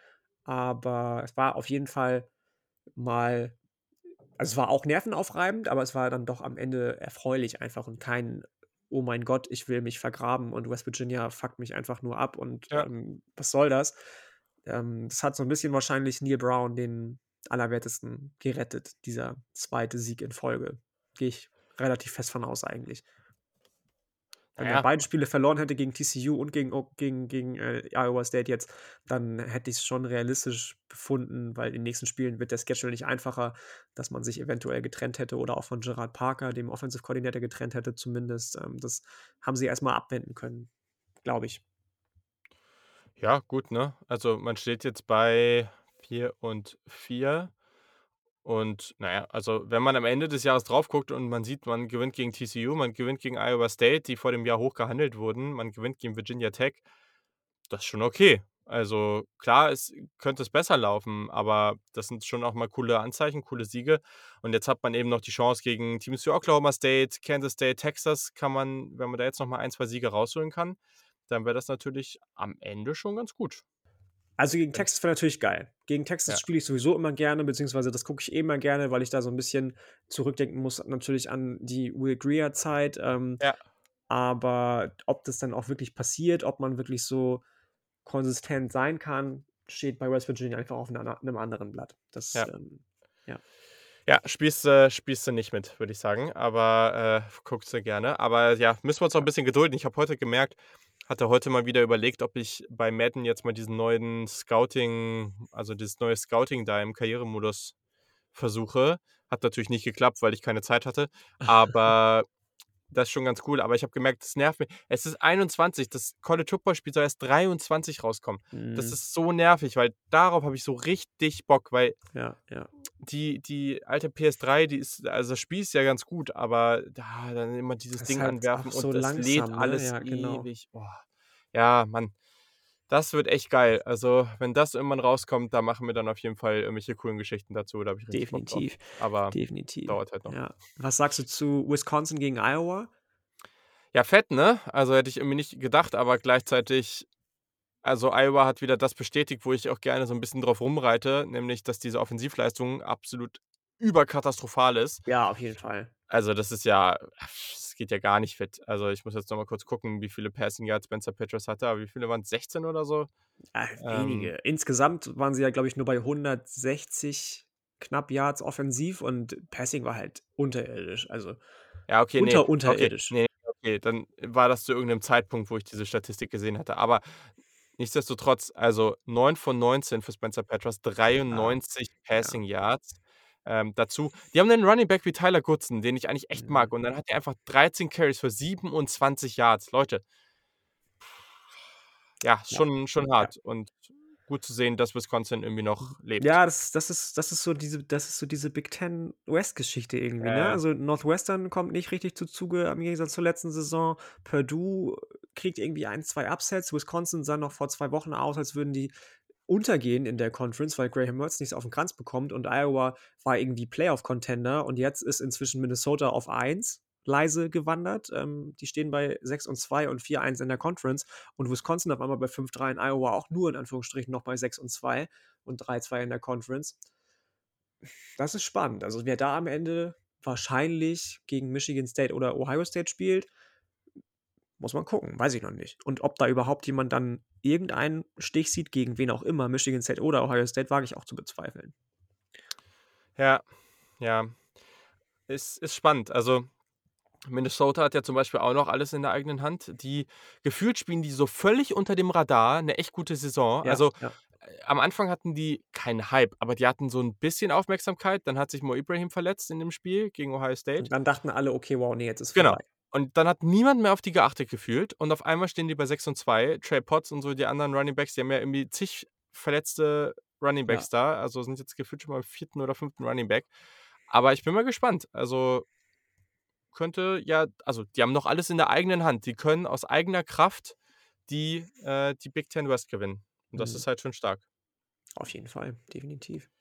Aber es war auf jeden Fall mal, also es war auch nervenaufreibend, aber es war dann doch am Ende erfreulich einfach und kein, oh mein Gott, ich will mich vergraben und West Virginia fuckt mich einfach nur ab und Ja. ähm, was soll das? Ähm, das hat so ein bisschen wahrscheinlich Neil Brown den Allerwertesten gerettet, dieser zweite Sieg in Folge. Gehe ich relativ fest von aus eigentlich. Wenn er Naja, beide Spiele verloren hätte gegen T C U und gegen, O- gegen, gegen äh, Iowa State jetzt, dann hätte ich es schon realistisch befunden, weil in den nächsten Spielen wird der Schedule nicht einfacher, dass man sich eventuell getrennt hätte oder auch von Gerard Parker, dem Offensive Coordinator, getrennt hätte zumindest. Ähm, das haben sie erstmal abwenden können, glaube ich. ja, gut, ne? Also man steht jetzt bei vier und vier. Und naja, also wenn man am Ende des Jahres drauf guckt und man sieht, man gewinnt gegen T C U, man gewinnt gegen Iowa State, die vor dem Jahr hoch gehandelt wurden, man gewinnt gegen Virginia Tech, das ist schon okay. Also klar, es könnte es besser laufen, aber das sind schon auch mal coole Anzeichen, coole Siege. Und jetzt hat man eben noch die Chance gegen Teams wie Oklahoma State, Kansas State, Texas, kann man, wenn man da jetzt noch mal ein, zwei Siege rausholen kann, dann wäre das natürlich am Ende schon ganz gut. Also gegen Texas wäre natürlich geil. Gegen Texas Ja, spiele ich sowieso immer gerne, beziehungsweise das gucke ich eh immer gerne, weil ich da so ein bisschen zurückdenken muss, natürlich an die Will Greer-Zeit. Ähm, ja, aber ob das dann auch wirklich passiert, ob man wirklich so konsistent sein kann, steht bei West Virginia einfach auf einer- einem anderen Blatt. Das, ja. ähm, ja. Ja, spielst du spielst du nicht mit, würde ich sagen, aber, äh, guckst du gerne. Aber ja, müssen wir uns noch 'n bisschen gedulden. Ich habe heute gemerkt hatte heute mal wieder überlegt, ob ich bei Madden jetzt mal diesen neuen Scouting also dieses neue Scouting da im Karrieremodus versuche. Hat natürlich nicht geklappt, weil ich keine Zeit hatte, aber das ist schon ganz cool. Aber ich habe gemerkt, das nervt mich. Es ist einundzwanzig, das College Football Spiel soll erst dreiundzwanzig rauskommen. Das Mhm. ist so nervig, weil darauf habe ich so richtig Bock, weil Ja, ja. die die alte P S drei, die ist also das Spiel ist ja ganz gut, aber da dann immer dieses Das ist Ding halt anwerfen auch so und das lädt langsam, ne? alles Ja, genau. ewig. Oh. Ja, Mann. Das wird echt geil. Also, wenn das irgendwann rauskommt, da machen wir dann auf jeden Fall irgendwelche coolen Geschichten dazu. Da habe ich richtig Bock drauf. Definitiv, Aber definitiv. dauert halt noch. Ja. Was sagst du zu Wisconsin gegen Iowa? Ja, fett, ne? Also, hätte ich irgendwie nicht gedacht, aber gleichzeitig also, Iowa hat wieder das bestätigt, wo ich auch gerne so 'n bisschen drauf rumreite, nämlich, dass diese Offensivleistung absolut überkatastrophal ist. Ja, auf jeden Fall. Also, das ist ja es geht ja gar nicht fit. Also, ich muss jetzt noch mal kurz gucken, wie viele Passing Yards Spencer Petras hatte, aber wie viele waren's? sechzehn oder so? Ah, Ähm wenige. Insgesamt waren sie ja, glaube ich, nur bei hundertsechzig knapp Yards offensiv und Passing war halt unterirdisch, also Ja, okay, ne. unter Okay, unterirdisch. ne, okay, dann war das zu irgend 'nem Zeitpunkt, wo ich diese Statistik gesehen hatte. Aber nichtsdestotrotz, also neun von neunzehn für Spencer Petras, Ja, dreiundneunzig ja. Passing Yards. Ähm, dazu die haben 'nen Running Back wie Tyler Goodson, den ich eigentlich echt Mhm. mag und dann hat er einfach dreizehn Carries für siebenundzwanzig Yards. Leute ja, Ja, schon schon ja. hart und gut zu sehen, dass Wisconsin irgendwie Mhm. noch lebt. Ja, das das ist das ist so diese das ist so diese Big Ten West Geschichte irgendwie, Ja, ne? ja. Also, Northwestern kommt nicht richtig zu Zuge im Gegensatz zur letzten Saison. Purdue kriegt irgendwie ein, zwei Upsets. Wisconsin sah noch vor zwei Wochen aus, als würden die untergehen in der Conference, weil Graham Mertz nichts auf'n Kranz bekommt und Iowa war irgendwie Playoff-Contender und jetzt ist inzwischen Minnesota auf eins leise gewandert. Ähm, die stehen bei sechs und zwei und vier eins in der Conference und Wisconsin auf einmal bei fünf drei und Iowa auch nur in Anführungsstrichen noch bei sechs und zwei und drei zwei in der Conference. Das ist spannend. Also, wer da am Ende wahrscheinlich gegen Michigan State oder Ohio State spielt muss man gucken, weiß ich noch nicht. Und ob da überhaupt jemand dann irgendeinen Stich sieht, gegen wen auch immer, Michigan State oder Ohio State, wage ich auch zu bezweifeln. Ja, ja. Ist ist spannend. Also, Minnesota hat ja zum Beispiel auch noch alles in der eigenen Hand. Die gefühlt spielen die so völlig unter dem Radar 'ne echt gute Saison. Ja, Also, ja. äh, am Anfang hatten die keinen Hype, aber die hatten so 'n bisschen Aufmerksamkeit. Dann hat sich Mo Ibrahim verletzt in dem Spiel gegen Ohio State. Und dann dachten alle: „Okay, wow, ne, jetzt ist Genau. vorbei.“ Und dann hat niemand mehr auf die geachtet gefühlt und auf einmal stehen die bei sechs und zwei. Trey Potts und so die anderen Running Backs, die haben ja irgendwie zig verletzte Running Ja. Backs da, also sind jetzt gefühlt schon beim vierten oder fünften Running Back. Aber ich bin mal gespannt. Also könnte ja also, die haben noch alles in der eigenen Hand. Die können aus eigener Kraft die äh, die Big Ten West gewinnen. Und das Mhm. ist halt schon stark. Auf jeden Fall, definitiv.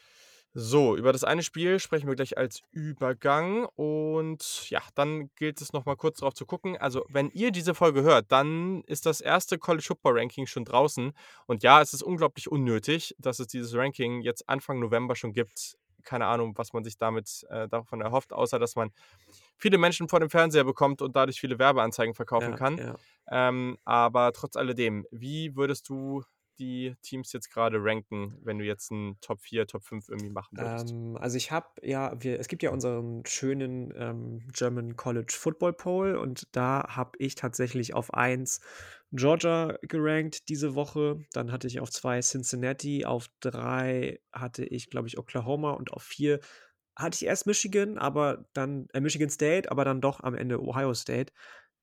So, über das eine Spiel sprechen wir gleich als Übergang und ja, dann gilt es noch mal kurz drauf zu gucken. Also, wenn ihr diese Folge hört, dann ist das erste College Football Ranking schon draußen. Und ja, es ist unglaublich unnötig, dass es dieses Ranking jetzt Anfang November schon gibt. Keine Ahnung, was man sich damit äh, davon erhofft, außer dass man viele Menschen vor dem Fernseher bekommt und dadurch viele Werbeanzeigen verkaufen Ja, kann. ja. Ähm, aber trotz alledem, wie würdest du die Teams jetzt grade ranken, wenn du jetzt 'n Top vier, Top fünf irgendwie machen würdest? Ähm, also, ich habe ja wir es gibt ja unseren schönen, ähm, German College Football Poll und da habe ich tatsächlich auf eins Georgia gerankt diese Woche. Dann hatte ich auf zwei Cincinnati, auf drei hatte ich, glaube ich, Oklahoma und auf vier hatte ich erst Michigan, aber dann äh, Michigan State, aber dann doch am Ende Ohio State.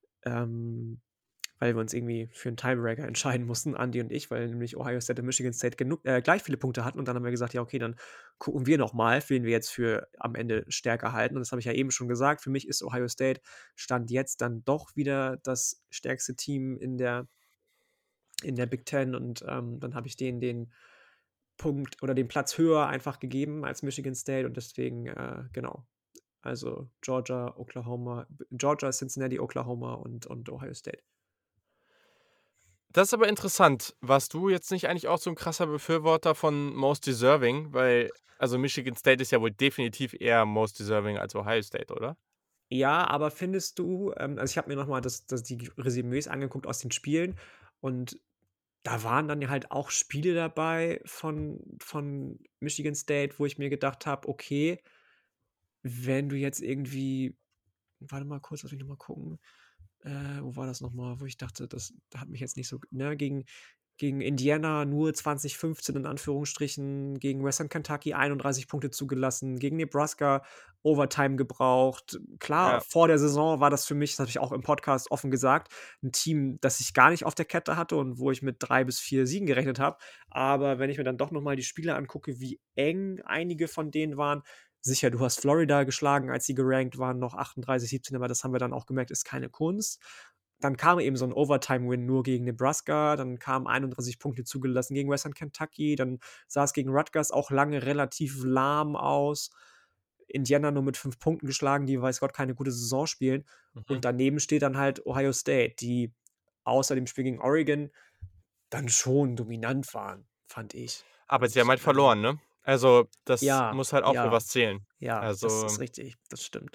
Ähm, weil wir uns irgendwie für 'n Tiebreaker entscheiden mussten, Andi und ich, weil nämlich Ohio State und Michigan State genug äh, gleich viele Punkte hatten und dann haben wir gesagt: „Ja, okay, dann gucken wir noch mal, wen wir jetzt für am Ende stärker halten.“ Und das habe ich ja eben schon gesagt. Für mich ist Ohio State Stand jetzt dann doch wieder das stärkste Team in der in der Big Ten und, ähm, dann habe ich denen den Punkt oder den Platz höher einfach gegeben als Michigan State und deswegen, äh, genau. Also, Georgia, Oklahoma b Georgia, Cincinnati, Oklahoma und und Ohio State. Das ist aber interessant. Warst du jetzt nicht eigentlich auch so 'n krasser Befürworter von Most Deserving? Weil also, Michigan State ist ja wohl definitiv eher Most Deserving als Ohio State, oder? Ja, aber findest du ähm, also, ich habe mir noch mal das das die Resümees angeguckt aus den Spielen und da waren dann ja halt auch Spiele dabei von von Michigan State, wo ich mir gedacht habe: „Okay“ „wenn du jetzt irgendwie“ warte mal kurz, lass mich noch mal gucken. Äh, wo war das noch mal, wo ich dachte, das hat mich jetzt nicht so ne, gegen gegen Indiana nur zwanzig fünfzehn in Anführungsstrichen, gegen Western Kentucky einunddreißig Punkte zugelassen, gegen Nebraska Overtime gebraucht. Klar, Ja. vor der Saison war das für mich, das habe ich auch im Podcast offen gesagt, 'n Team, das ich gar nicht auf der Kette hatte und wo ich mit drei bis vier Siegen gerechnet habe. Aber wenn ich mir dann doch noch mal die Spiele angucke, wie eng einige von denen waren sicher, du hast Florida geschlagen, als sie gerankt waren, noch achtunddreißig siebzehn, aber das haben wir dann auch gemerkt, ist keine Kunst. dann kam eben so 'n Overtime-Win nur gegen Nebraska, dann kamen einunddreißig Punkte zugelassen gegen Western Kentucky, dann sah es gegen Rutgers auch lange relativ lahm aus. Indiana nur mit fünf Punkten geschlagen, die weiß Gott keine gute Saison spielen. Mhm. Und daneben steht dann halt Ohio State, die außer dem Spiel gegen Oregon dann schon dominant waren, fand ich. Aber sie haben Und, halt ähm verloren, ne? Also, das ja, muss halt auch für ja, was zählen. ja, das ist Also richtig, das stimmt.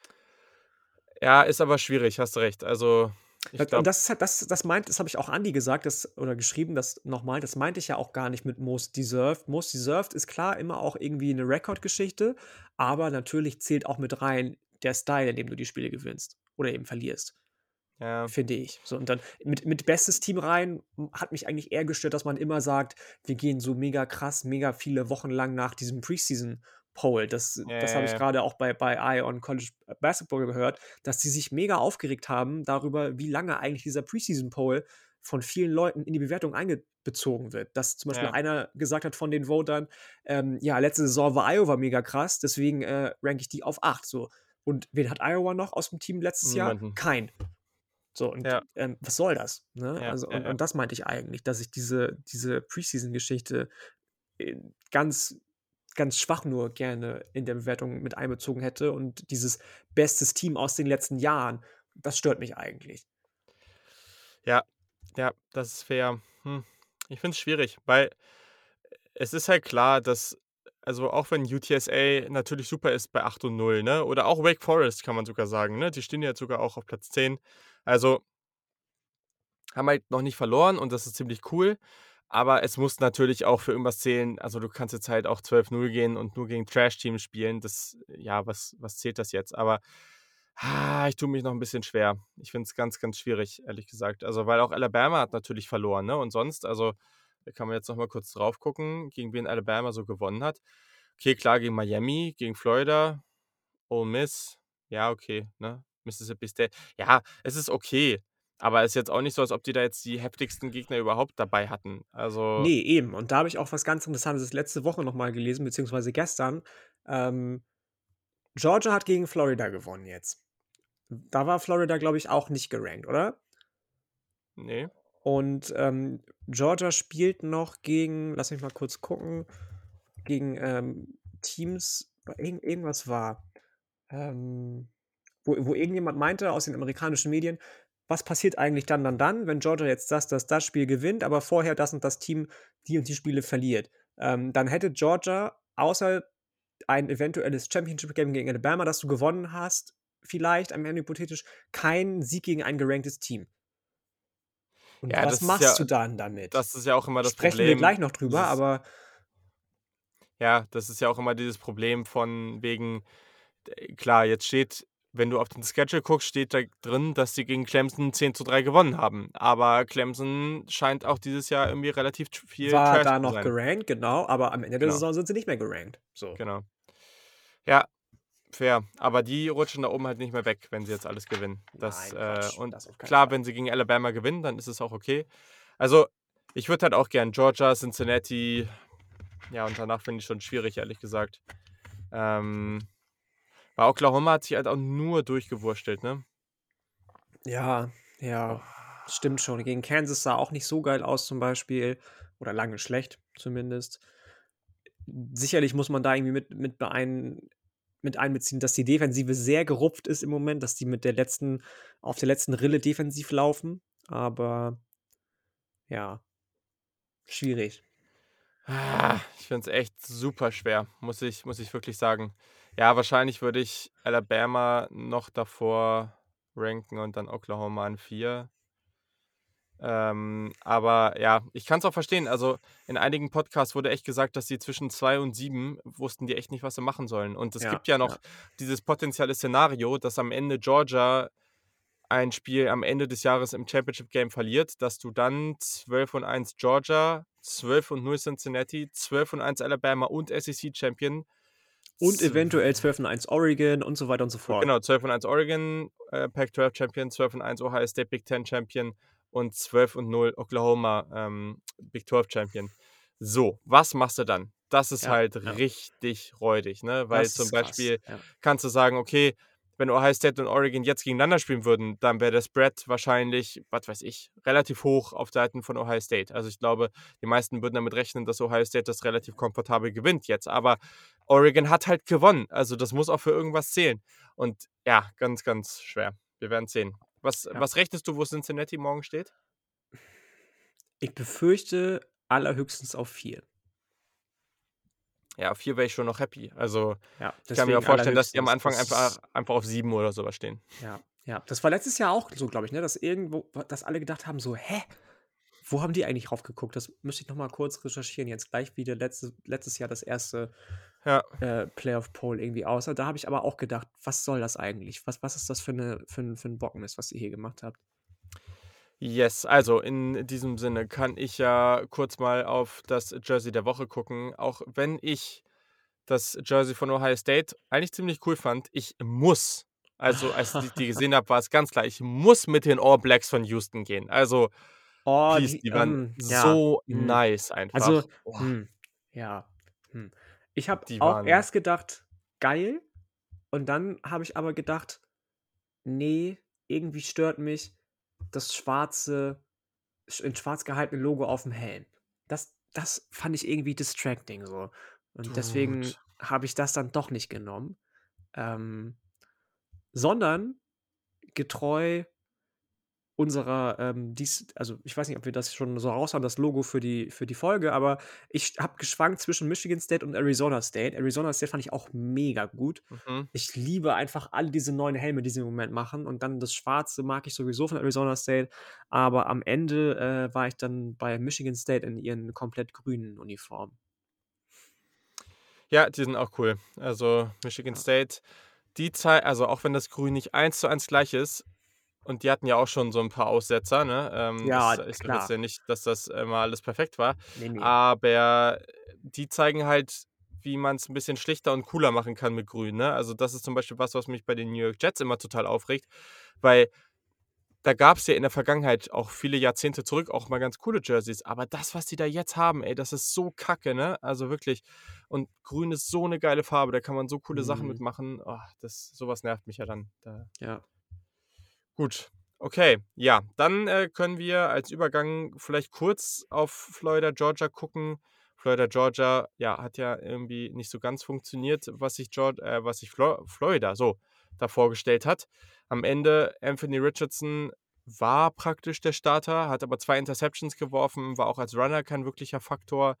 ja, ist aber schwierig, hast du recht. Also, ich Und und glaube das ist halt das das meint das habe ich auch Andi gesagt, das oder geschrieben, das nochmal, das meinte ich ja auch gar nicht mit Most Deserved. Most Deserved ist klar immer auch irgendwie 'ne Rekordgeschichte, aber natürlich zählt auch mit rein der Style, in dem du die Spiele gewinnst oder eben verlierst, Ja. finde ich. So und dann mit mit bestes Team rein hm, hat mich eigentlich eher gestört, dass man immer sagt: „Wir gehen so mega krass, mega viele Wochen lang nach diesem Preseason Poll." Das Ja, das habe ja, ich ja. grade auch bei bei Eye on College Basketball gehört, dass die sich mega aufgeregt haben darüber, wie lange eigentlich dieser Preseason Poll von vielen Leuten in die Bewertung eingebezogen wird. Dass zum Beispiel Ja. einer gesagt hat von den Votern, ähm: „Ja, letzte Saison war Iowa mega krass, deswegen, äh, ranke ich die auf acht", so. Und wen hat Iowa noch aus'm Team letztes Jahr? Niemanden. Keinen. So und, Ja. ähm, was soll das, ne? Ja, Also ja, und ja. und das meinte ich eigentlich, dass ich diese diese Preseason-Geschichte, äh, ganz ganz schwach nur gerne in der Bewertung mit einbezogen hätte und dieses bestes Team aus den letzten Jahren, das stört mich eigentlich. Ja, ja, das ist fair. Hm, ich finde es schwierig, weil es ist halt klar, dass also, auch wenn U T S A natürlich super ist bei acht und null, ne, oder auch Wake Forest kann man sogar sagen, ne? Die stehen ja jetzt sogar auch auf Platz zehn. Also haben halt noch nicht verloren und das ist ziemlich cool, aber es muss natürlich auch für irgendwas zählen. Also, du kannst jetzt halt auch zwölf null gehen und nur gegen Trash-Teams spielen. Das ja, was was zählt das jetzt? Aber, ah, ich tue mich noch 'n bisschen schwer. Ich finde es ganz, ganz schwierig, ehrlich gesagt. Also, weil auch Alabama hat natürlich verloren, ne? Und sonst also, da kann man jetzt noch mal kurz drauf gucken, gegen wen Alabama so gewonnen hat. Okay, klar, gegen Miami, gegen Florida, Ole Miss, ja, okay, ne? Mississippi State. Ja, es ist okay, aber ist jetzt auch nicht so, als ob die da jetzt die heftigsten Gegner überhaupt dabei hatten. Also Ne, eben. Und da habe ich auch was ganz Interessantes letzte Woche noch mal gelesen, beziehungsweise gestern. Ähm, Georgia hat gegen Florida gewonnen jetzt. Da war Florida, glaube ich, auch nicht gerankt, oder? Ne. Und, ähm, Georgia spielt noch gegen lass mich mal kurz gucken, gegen, ähm, Teams irgend irgendwas war. Ähm, wo wo irgendjemand meinte aus den amerikanischen Medien: „Was passiert eigentlich dann, dann, dann, wenn Georgia jetzt das, das, das Spiel gewinnt, aber vorher das und das Team die und die Spiele verliert?" Ähm, dann hätte Georgia außer ein eventuelles Championship Game gegen Alabama, das du gewonnen hast, vielleicht am Ende hypothetisch, keinen Sieg gegen ein geranktes Team. Und Ja, was das ist machst ja du dann damit? das ist ja auch immer das Sprechen wir Problem, gleich noch drüber, dieses aber ja, das ist ja auch immer dieses Problem von wegen d klar, jetzt steht wenn du auf den Schedule guckst, steht da drin, dass sie gegen Clemson zehn zu drei gewonnen haben. Aber Clemson scheint auch dieses Jahr irgendwie relativ tr viel war Trash da zu noch sein. gerankt, genau, aber am Ende der Genau. Saison sind sie nicht mehr gerankt, so. Genau. Ja, fair. Aber die rutschen da oben halt nicht mehr weg, wenn sie jetzt alles gewinnen. Das, Nein, äh Quatsch, und das auf keinen klar, Fall. wenn sie gegen Alabama gewinnen, dann ist es auch okay. Also, ich würde halt auch gern Georgia, Cincinnati ja, und danach finde ich schon schwierig, ehrlich gesagt. Ähm, weil Oklahoma hat sich halt auch nur durchgewurstelt, ne? Ja, ja, stimmt schon. Gegen Kansas sah auch nicht so geil aus zum Beispiel oder lange schlecht zumindest. Sicherlich muss man da irgendwie mit mit beein mit einbeziehen, dass die Defensive sehr gerupft ist im Moment, dass die mit der letzten auf der letzten Rille defensiv laufen, aber ja, schwierig. Ah, ich finde es echt super schwer, muss ich muss ich wirklich sagen. Ja, wahrscheinlich würde ich Alabama noch davor ranken und dann Oklahoma an vier. Ähm, aber ja, ich kann's auch verstehen. Also, in einigen Podcasts wurde echt gesagt, dass sie zwischen zwei und sieben wussten die echt nicht, was sie machen sollen. Und es Ja, gibt ja noch ja. dieses potenzielle Szenario, dass am Ende Georgia ein Spiel am Ende des Jahres im Championship Game verliert, dass du dann zwölf und eins Georgia, zwölf und null Cincinnati, zwölf und eins Alabama und S E C Champion Und zw eventuell zwölf und eins Oregon und so weiter und so fort. genau, zwölf und eins Oregon, äh, Pac zwölf Champion, zwölf und eins Ohio State Big Ten Champion und zwölf und null Oklahoma, ähm, Big zwölf Champion. So, was machst du dann? Das ist Ja, halt ja. richtig räudig, ne? Weil Das zum ist krass, Beispiel ja. kannst du sagen, okay, wenn Ohio State und Oregon jetzt gegeneinander spielen würden, dann wäre der Spread wahrscheinlich, was weiß ich, relativ hoch auf Seiten von Ohio State. Also ich glaube, die meisten würden damit rechnen, dass Ohio State das relativ komfortabel gewinnt jetzt. Aber Oregon hat halt gewonnen. Also das muss auch für irgendwas zählen. Und ja, ganz, ganz schwer. Wir werden sehen. Was, Ja. was rechnest du, wo Cincinnati morgen steht? Ich befürchte allerhöchstens auf vier. Ja, auf vier wäre ich schon noch happy. Also Ja, ich kann mir auch deswegen vorstellen, dass die am allerhöchstens. Anfang einfach, Das einfach auf sieben oder sowas stehen. ja, ja. Das war letztes Jahr auch so, glaube ich, ne, dass irgendwo dass alle gedacht haben so: „Hä, wo haben die eigentlich raufgeguckt?“ Das müsste ich noch mal kurz recherchieren jetzt gleich, wie der letzte letztes Jahr das erste Ja. äh, Playoff-Poll irgendwie aussah. Da habe ich aber auch gedacht: „Was soll das eigentlich? Was was ist das für 'ne für 'n für 'n Bockmist, was ihr hier gemacht habt?“ Yes, also in diesem Sinne kann ich ja kurz mal auf das Jersey der Woche gucken. Auch wenn ich das Jersey von Ohio State eigentlich ziemlich cool fand, ich muss, also als ich die gesehen habe, war es ganz klar, ich muss mit den All Blacks von Houston gehen. Also, Oh, please, die die waren ähm, ja, so mhm. nice Also, einfach. Boah, hm, ja, hm. Ich habe die auch waren erst gedacht: „Geil“, und dann habe ich aber gedacht: „Ne, irgendwie stört mich das schwarze sch in schwarz gehaltene Logo aufm Helm.“ Das das fand ich irgendwie distracting so. Und Dude. deswegen habe ich das dann doch nicht genommen, ähm, sondern getreu unserer, ähm, dies also, ich weiß nicht, ob wir das schon so raus haben, das Logo für die für die Folge, aber ich habe geschwankt zwischen Michigan State und Arizona State. Arizona State fand ich auch mega gut. Mhm. Ich liebe einfach alle diese neuen Helme, die sie im Moment machen, und dann das Schwarze mag ich sowieso von Arizona State, aber am Ende, äh, war ich dann bei Michigan State in ihren komplett grünen Uniformen. Ja, die sind auch cool. Also Michigan Ja. State, die Zeit, also auch wenn das Grün nicht eins zu eins gleich ist, und die hatten ja auch schon so ein paar Aussetzer, ne? Ähm, Ja, es ich sage jetzt klar. ja nicht, dass das immer alles perfekt war, Ne, ne. aber die zeigen halt, wie man es ein bisschen schlichter und cooler machen kann mit Grün, ne? Also, das ist zum Beispiel was, was mich bei den New York Jets immer total aufregt, weil da gab es ja in der Vergangenheit auch viele Jahrzehnte zurück auch mal ganz coole Jerseys, aber das, was die da jetzt haben, ey, das ist so kacke, ne? Also wirklich. Und Grün ist so eine geile Farbe, da kann man so coole Sachen Mhm. mitmachen. Oh, das sowas nervt mich ja dann. Da Ja. Gut, okay. Ja, dann, äh, können wir als Übergang vielleicht kurz auf Florida, Georgia gucken. Florida, Georgia, ja, hat ja irgendwie nicht so ganz funktioniert, was sich Geor äh, was sich Flo Florida so da vorgestellt hat. Am Ende Anthony Richardson war praktisch der Starter, hat aber zwei Interceptions geworfen, war auch als Runner kein wirklicher Faktor.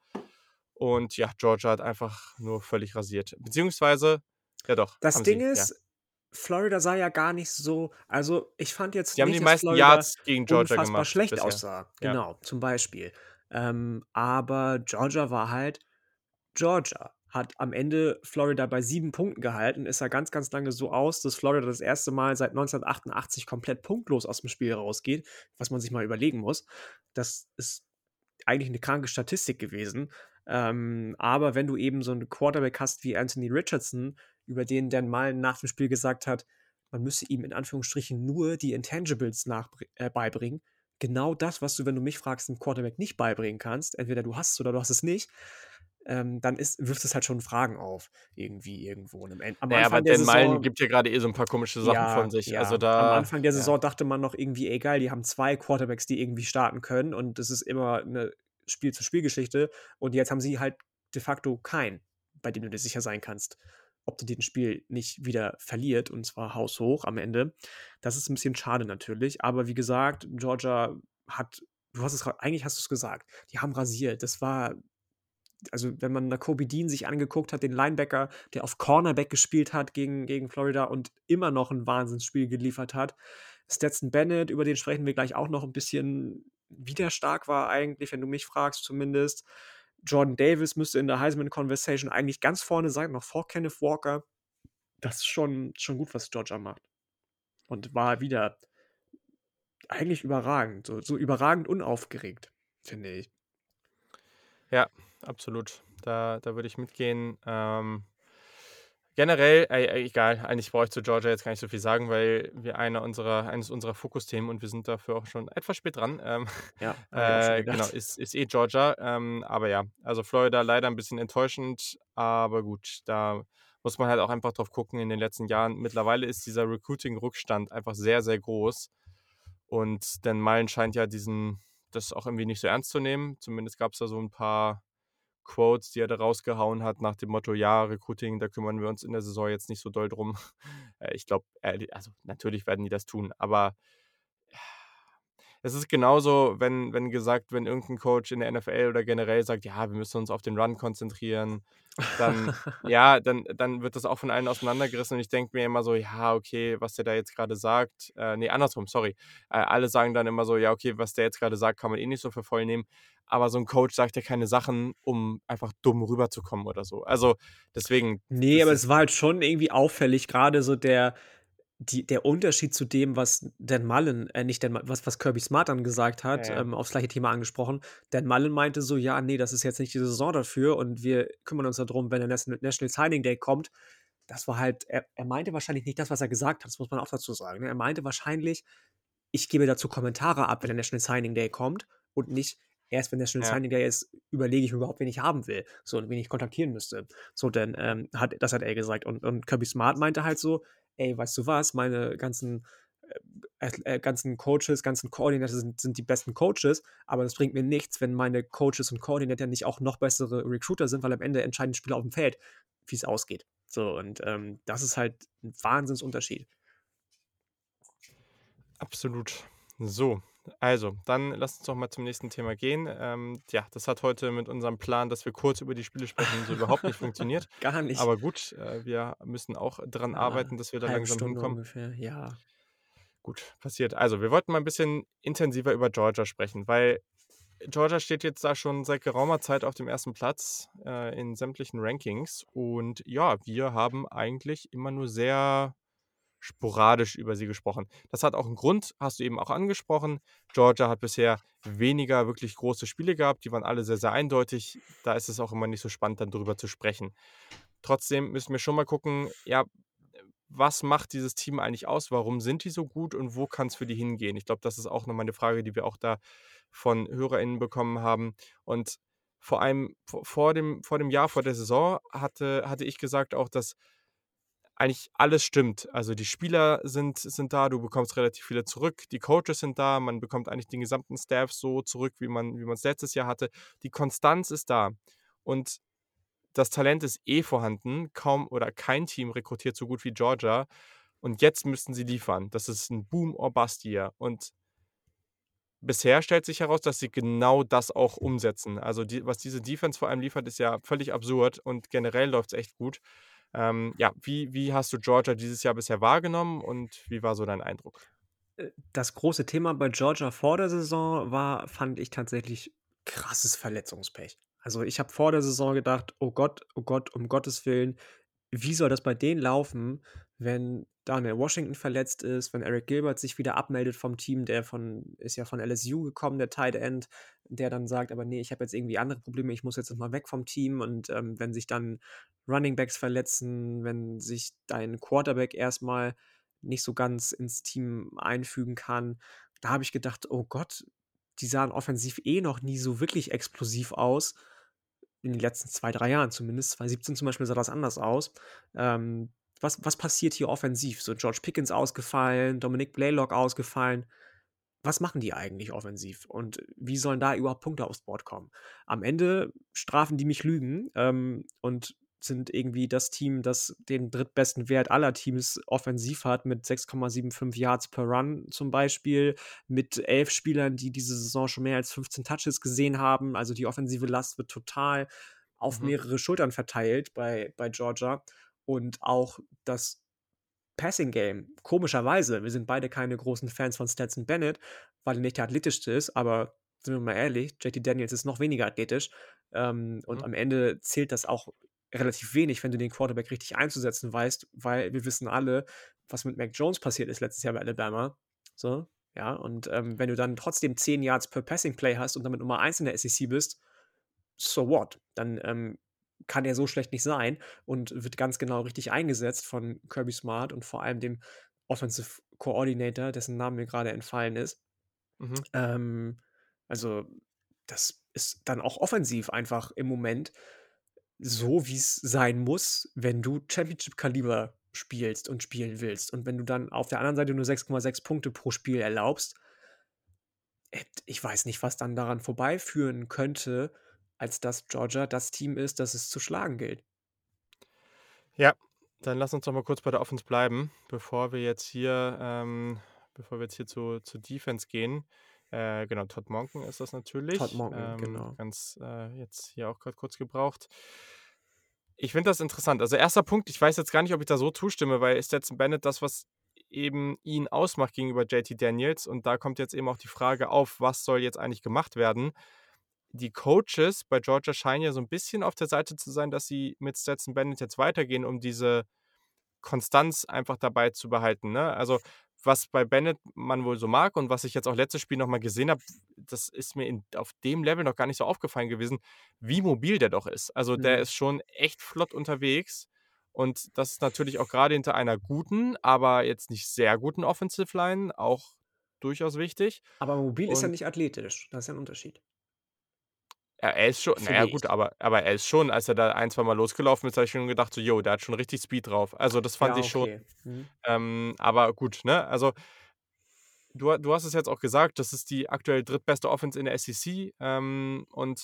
Und ja, Georgia hat einfach nur völlig rasiert. Beziehungsweise ja doch, Das haben Ding sie, ja. ist, Florida sah ja gar nicht so, also, ich fand jetzt Die haben die nicht, dass meisten Florida Yards gegen Georgia unfassbar gemacht schlecht bisher. aussah. Ja. Genau, zum Beispiel. Ähm, aber Georgia war halt Georgia. Hat am Ende Florida bei sieben Punkten gehalten. Es sah ganz, ganz lange so aus, dass Florida das erste Mal seit neunzehnhundertachtundachtzig komplett punktlos aus dem Spiel rausgeht, was man sich mal überlegen muss. Das ist eigentlich eine kranke Statistik gewesen. Ähm, aber wenn du eben so einen Quarterback hast wie Anthony Richardson, über den Dan Mullen nach dem Spiel gesagt hat, man müsse ihm in Anführungsstrichen nur die Intangibles nachbr äh, beibringen. Genau das, was du, wenn du mich fragst, 'nem Quarterback nicht beibringen kannst, entweder du hast es oder du hast es nicht, ähm, dann ist wirft es halt schon Fragen auf irgendwie irgendwo. Und am En am Na ja, aber Anfang der Dan Mullen Saison gibt ja grade eh so 'n paar komische Sachen von ja, sich. Also, ja. Am da Anfang der ja. Saison dachte man noch irgendwie: „Ey, geil, die haben zwei Quarterbacks, die irgendwie starten können, und das ist immer 'ne Spiel-zu-Spiel-Geschichte.“ Und jetzt haben sie halt de facto keinen, bei dem du dir sicher sein kannst, ob der den Spiel nicht wieder verliert, und zwar haushoch am Ende. Das ist 'n bisschen schade natürlich, aber wie gesagt, Georgia hat du hast es grad eigentlich hast du's gesagt, die haben rasiert. Das war, also, wenn man Nakobe Dean sich angeguckt hat, den Linebacker, der auf Cornerback gespielt hat gegen gegen Florida und immer noch 'n Wahnsinnsspiel geliefert hat. Stetson Bennett, über den sprechen wir gleich auch noch 'n bisschen, wieder stark war eigentlich, wenn du mich fragst zumindest. Jordan Davis müsste in der Heisman Conversation eigentlich ganz vorne sein, noch vor Kenneth Walker. Das ist schon schon gut, was Georgia macht. Und war wieder eigentlich überragend, so so überragend unaufgeregt, finde ich. Ja, absolut. Da da würde ich mitgehen. Ähm, generell, ey ey, egal, eigentlich brauche ich zu Georgia jetzt gar nicht so viel sagen, weil wir einer unserer eines unserer Fokusthemen, und wir sind dafür auch schon etwas spät dran, ähm, Ja, habe ich auch schon äh, genau, gedacht. ist ist eh Georgia. Ähm, aber ja, also Florida leider 'n bisschen enttäuschend, aber gut, da muss man halt auch einfach drauf gucken in den letzten Jahren. Mittlerweile ist dieser Recruiting-Rückstand einfach sehr, sehr groß. Und Dan Mullen scheint ja diesen das auch irgendwie nicht so ernst zu nehmen. Zumindest gab es da so ein paar Quotes, die er da rausgehauen hat nach dem Motto: „Ja, Recruiting, da kümmern wir uns in der Saison jetzt nicht so doll drum.“ Äh, ich glaube, also, natürlich werden die das tun, aber es ist genauso, wenn wenn gesagt wenn irgendein Coach in der N F L oder generell sagt: „Ja, wir müssen uns auf den Run konzentrieren“, dann ja, dann dann wird das auch von allen auseinandergerissen und ich denke mir immer so: „Ja, okay, was der da jetzt gerade sagt“ äh, ne, andersrum, sorry. Äh, alle sagen dann immer so: „Ja, okay, was der jetzt gerade sagt, kann man eh nicht so für voll nehmen.“ Aber so ein Coach sagt ja keine Sachen, um einfach dumm rüberzukommen oder so. Also, deswegen, Ne, das aber es ist war halt schon irgendwie auffällig, grade so der die der Unterschied zu dem, was Dan Mullen äh, nicht Dan Mu was was Kirby Smart dann gesagt ja, hat, ja, ähm, aufs gleiche Thema angesprochen. Dan Mullen meinte so: „Ja, ne, das ist jetzt nicht die Saison dafür und wir kümmern uns da drum, wenn der National National Signing Day kommt.“ Das war halt er er meinte wahrscheinlich nicht das, was er gesagt hat, das muss man auch dazu sagen, ne? Er meinte wahrscheinlich: „Ich gebe dazu Kommentare ab, wenn der National Signing Day kommt und nicht erst, wenn National ja. Signing Day ist, überlege ich mir überhaupt, wen ich haben will, so und wen ich kontaktieren müsste.“ So, denn, ähm, hat das hat er gesagt und und Kirby Smart meinte halt so: „Ey, weißt du was? Meine ganzen, äh, Ath äh, ganzen Coaches, ganzen Coordinator sind sind die besten Coaches, aber das bringt mir nichts, wenn meine Coaches und Coordinator nicht auch noch bessere Recruiter sind, weil am Ende entscheiden die Spieler aufm Feld, wie's ausgeht.“ So und, ähm, das ist halt 'n Wahnsinnsunterschied. Absolut. So, also, dann lass uns doch mal zum nächsten Thema gehen. Ähm, ja, das hat heute mit unserem Plan, dass wir kurz über die Spiele sprechen, so überhaupt nicht funktioniert. Gar nicht. Aber gut, äh, wir müssen auch dran Ja, arbeiten, dass wir da halbe langsam Stunde hinkommen. ungefähr, ja. Gut, passiert. Also, wir wollten mal ein bisschen intensiver über Georgia sprechen, weil Georgia steht jetzt da schon seit geraumer Zeit auf dem ersten Platz, äh, in sämtlichen Rankings. Und ja, wir haben eigentlich immer nur sehr sporadisch über sie gesprochen. Das hat auch einen Grund, hast du eben auch angesprochen. Georgia hat bisher weniger wirklich große Spiele gehabt, die waren alle sehr, sehr eindeutig. Da ist es auch immer nicht so spannend, dann drüber zu sprechen. Trotzdem müssen wir schon mal gucken, ja, was macht dieses Team eigentlich aus? Warum sind die so gut und wo kann es für die hingehen? Ich glaube, das ist auch noch mal 'ne Frage, die wir auch da von HörerInnen bekommen haben. Und vor allem v vor dem vor dem Jahr, vor der Saison hatte hatte ich gesagt auch, dass eigentlich alles stimmt. Also, die Spieler sind sind da, du bekommst relativ viele zurück, die Coaches sind da, man bekommt eigentlich den gesamten Staff so zurück, wie man wie man's letztes Jahr hatte. Die Konstanz ist da und das Talent ist eh vorhanden. Kaum oder kein Team rekrutiert so gut wie Georgia und jetzt müssten sie liefern. Das ist 'n Boom or Bust Year und bisher stellt sich heraus, dass sie genau das auch umsetzen. Also, die was diese Defense vor allem liefert, ist ja völlig absurd und generell läuft's echt gut. Ähm, ja, wie wie hast du Georgia dieses Jahr bisher wahrgenommen und wie war so dein Eindruck? Äh, das große Thema bei Georgia vor der Saison war, fand ich tatsächlich krasses Verletzungspech. Also, ich habe vor der Saison gedacht: „Oh Gott, oh Gott, um Gottes Willen, wie soll das bei denen laufen, wenn Daniel Washington verletzt ist, wenn Eric Gilbert sich wieder abmeldet vom Team, der von ist ja von L S U gekommen, der Tight End, der dann sagt: „Aber nee, ich habe jetzt irgendwie andere Probleme, ich muss jetzt noch mal weg vom Team.“ Und, ähm, wenn sich dann Running Backs verletzen, wenn sich dein Quarterback erstmal nicht so ganz ins Team einfügen kann. Da habe ich gedacht: „Oh Gott, die sahen offensiv eh noch nie so wirklich explosiv aus.“ In den letzten zwei drei Jahren zumindest. zwanzig siebzehn zum Beispiel sah das anders aus. Ähm, was was passiert hier offensiv? So George Pickens ausgefallen, Dominic Blaylock ausgefallen. Was machen die eigentlich offensiv und wie sollen da überhaupt Punkte aufs Board kommen? Am Ende strafen die mich Lügen, ähm, und sind irgendwie das Team, das den drittbesten Wert aller Teams offensiv hat mit sechs Komma fünfundsiebzig Yards per Run zum Beispiel, mit elf Spielern, die diese Saison schon mehr als fünfzehn Touches gesehen haben. Also, die offensive Last wird total auf Mhm, mehrere Schultern verteilt bei bei Georgia und auch das Passing Game, komischerweise, wir sind beide keine großen Fans von Stetson Bennett, weil er nicht der athletischste ist, aber sind wir mal ehrlich, J T Daniels ist noch weniger athletisch, ähm, und mhm. am Ende zählt das auch relativ wenig, wenn du den Quarterback richtig einzusetzen weißt, weil wir wissen alle, was mit Mac Jones passiert ist letztes Jahr bei Alabama. So, ja, und, ähm, wenn du dann trotzdem zehn Yards per Passing Play hast und damit Nummer eins in der S E C bist, so what? Dann, ähm, kann er so schlecht nicht sein und wird ganz genau richtig eingesetzt von Kirby Smart und vor allem dem Offensive Coordinator, dessen Name mir gerade entfallen ist. Mhm. Ähm, also, das ist dann auch offensiv einfach im Moment so, wie's sein muss, wenn du Championship-Kaliber spielst und spielen willst. Und wenn du dann auf der anderen Seite nur sechs Komma sechs Punkte pro Spiel erlaubst äh, ich weiß nicht, was dann daran vorbeiführen könnte, als dass Georgia das Team ist, das es zu schlagen gilt. Ja, dann lass uns doch mal kurz bei der Offense bleiben, bevor wir jetzt hier ähm, bevor wir jetzt hier zu zur Defense gehen. Äh, genau, Todd Monken ist das Todd natürlich, Monken, ähm, genau. ganz, äh, jetzt hier auch grad kurz gebraucht. Ich finde das interessant. Also, erster Punkt, ich weiß jetzt gar nicht, ob ich da so zustimme, weil Stetson Bennett das, was eben ihn ausmacht gegenüber J T Daniels und da kommt jetzt eben auch die Frage auf, was soll jetzt eigentlich gemacht werden? Die Coaches bei Georgia scheinen ja so 'n bisschen auf der Seite zu sein, dass sie mit Stetson Bennett jetzt weitergehen, um diese Konstanz einfach dabei zu behalten, ne? Also, was bei Bennett man wohl so mag und was ich jetzt auch letztes Spiel noch mal gesehen habe, das ist mir in auf dem Level noch gar nicht so aufgefallen gewesen, wie mobil der doch ist. Also, der Mhm. ist schon echt flott unterwegs und das ist natürlich auch grade hinter einer guten, aber jetzt nicht sehr guten Offensive Line auch durchaus wichtig Aber mobil ist ja und nicht athletisch. Das ist ja 'n Unterschied. Ja, er ist scho na ja, Finde gut, ich. aber aber er ist schon als er da ein, zweimal losgelaufen ist, habe ich schon gedacht so: „Jo, der hat schon richtig Speed drauf.“ Also, das fand Ja, ich schon. okay. Mhm. Ähm, aber gut, ne? Also du ha du hast es jetzt auch gesagt, das ist die aktuell drittbeste Offense in der SEC, ähm, und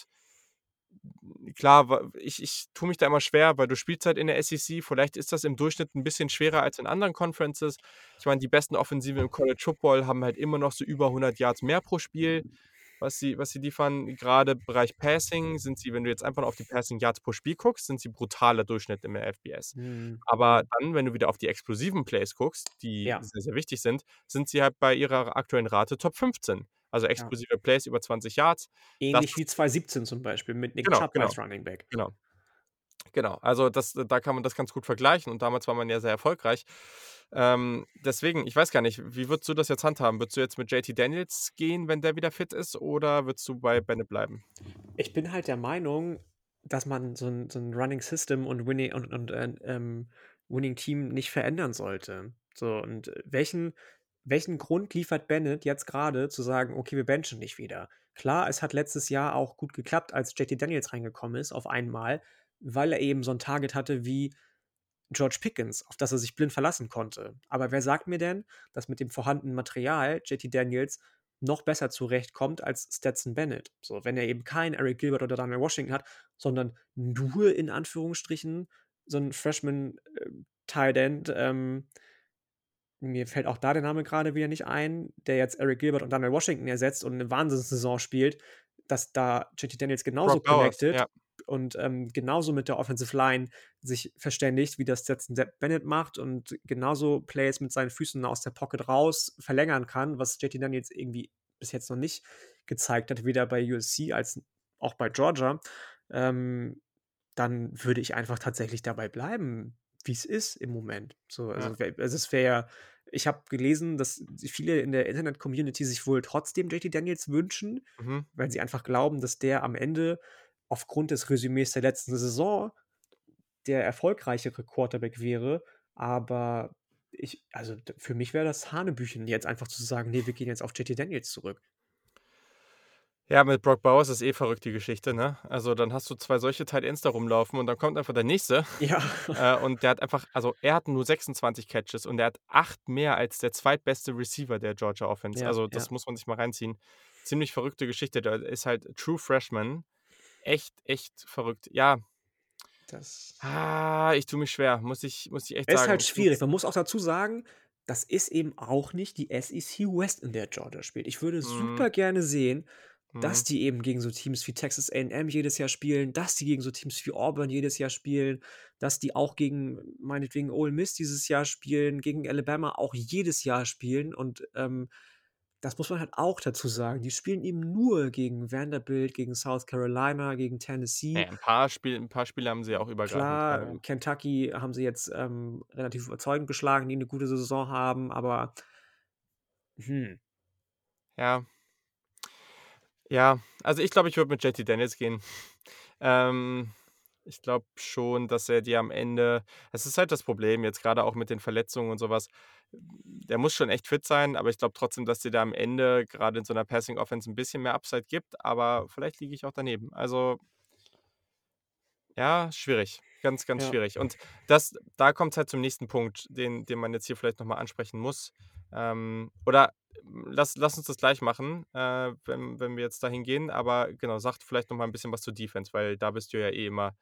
klar, wa ich ich tue mich da immer schwer, weil du spielst halt in der SEC. Vielleicht ist das im Durchschnitt 'n bisschen schwerer als in anderen Conferences. Ich meine, die besten Offensiven im College Football haben halt immer noch so über hundert Yards mehr pro Spiel, was sie was sie liefern. Grade Bereich Passing sind sie, wenn du jetzt einfach nur auf die Passing Yards pro Spiel guckst, sind sie brutaler Durchschnitt im FBS. Mhm, Aber mhm. dann, wenn du wieder auf die explosiven Plays guckst, die Ja. sehr, sehr wichtig sind, sind sie halt bei ihrer aktuellen Rate Top fünfzehn. Also, Ja. explosive Plays über zwanzig Yards. Das Ähnlich wie zwanzig siebzehn zum Beispiel mit Nick Genau, Chubb genau, als Running Back. genau. Genau, also, das da kann man das ganz gut vergleichen und damals war man ja sehr erfolgreich. Ähm, deswegen, ich weiß gar nicht, wie würdest du das jetzt handhaben? Würdest du jetzt mit J T Daniels gehen, wenn der wieder fit ist, oder würdest du bei Bennett bleiben? Ich bin halt der Meinung, dass man so 'n so 'n Running System und Winning und und, äh, ähm, Winning Team nicht verändern sollte. So, und welchen welchen Grund liefert Bennett jetzt grade zu sagen: „Okay, wir benchen dich wieder?“ Klar, es hat letztes Jahr auch gut geklappt, als J T Daniels reingekommen ist auf einmal, weil er eben so 'n Target hatte wie George Pickens, auf das er sich blind verlassen konnte. Aber wer sagt mir denn, dass mit dem vorhandenen Material J T Daniels noch besser zurechtkommt als Stetson Bennett? So, wenn er eben keinen Eric Gilbert oder Daniel Washington hat, sondern nur in Anführungsstrichen so 'n Freshman, äh, Tight End, ähm mir fällt auch da der Name grade wieder nicht ein, der jetzt Eric Gilbert und Daniel Washington ersetzt und 'ne Wahnsinnssaison spielt, dass da J T Daniels genauso Brock Bowers, connected ja. und, ähm, genauso mit der Offensive Line sich verständigt, wie das Stetson de Bennett macht und genauso Plays mit seinen Füßen aus der Pocket raus verlängern kann, was J T Daniels irgendwie bis jetzt noch nicht gezeigt hat, weder bei U S C als auch bei Georgia. Ähm, dann würde ich einfach tatsächlich dabei bleiben, wie's ist im Moment. So, Ja. also, wä also, es wäre ja ich habe gelesen, dass viele in der Internet-Community sich wohl trotzdem J T Daniels wünschen, Mhm. weil sie einfach glauben, dass der am Ende aufgrund des Resümees der letzten Saison der erfolgreichere Quarterback wäre. Aber ich also, d für mich wäre das Hanebüchen, jetzt einfach zu sagen: „Ne, wir gehen jetzt auf J T Daniels zurück.“ Ja, mit Brock Bowers ist eh verrückt die Geschichte, ne? Also, dann hast du zwei solche Tight Ends da rumlaufen und dann kommt einfach der Nächste, Ja. äh, und der hat einfach also, er hat nur sechsundzwanzig Catches und er hat acht mehr als der zweitbeste Receiver der Georgia Offense. Ja, Also, ja. das muss man sich mal reinziehen. Ziemlich verrückte Geschichte. Der ist halt True Freshman. Echt, echt verrückt. Ja. Das Ah, ich tue mich schwer, muss ich muss ich echt Es ist sagen. halt Ich finde schwierig. es Man muss auch dazu sagen, das ist eben auch nicht die SEC West, in der Georgia spielt. Ich würde Mhm. super gerne sehen, dass Mhm. die eben gegen so Teams wie Texas A&M jedes Jahr spielen, dass die gegen so Teams wie Auburn jedes Jahr spielen, dass die auch gegen meinetwegen Ole Miss dieses Jahr spielen, gegen Alabama auch jedes Jahr spielen und, ähm, das muss man halt auch dazu sagen. Die spielen eben nur gegen Vanderbilt, gegen South Carolina, gegen Na Tennessee. ja, 'n paar Spiel 'n paar Spiele haben sie ja auch übergreifend Klar, teilweise. Kentucky haben sie jetzt, ähm, relativ überzeugend geschlagen, die 'ne gute Saison haben, aber hm. Ja. Ja, also, ich glaube, ich würde mit J T Daniels gehen. Ähm, ich glaube schon, dass er dir am Ende es ist halt das Problem jetzt grade auch mit den Verletzungen und so was. Der muss schon echt fit sein, aber ich glaube trotzdem, dass dir da am Ende grade in so 'ner Passing Offense 'n bisschen mehr Upside gibt, aber vielleicht liege ich auch daneben. Also Ja, schwierig. Ganz, ganz Ja. schwierig. Und das da kommt's halt zum nächsten Punkt, den den man jetzt hier vielleicht noch mal ansprechen muss. Ähm, oder hm, lass lass uns das gleich machen, äh, wenn wenn wir jetzt dahin gehen. Aber genau, sag vielleicht noch mal 'n bisschen was zur Defense, weil da bist du ja eh immer,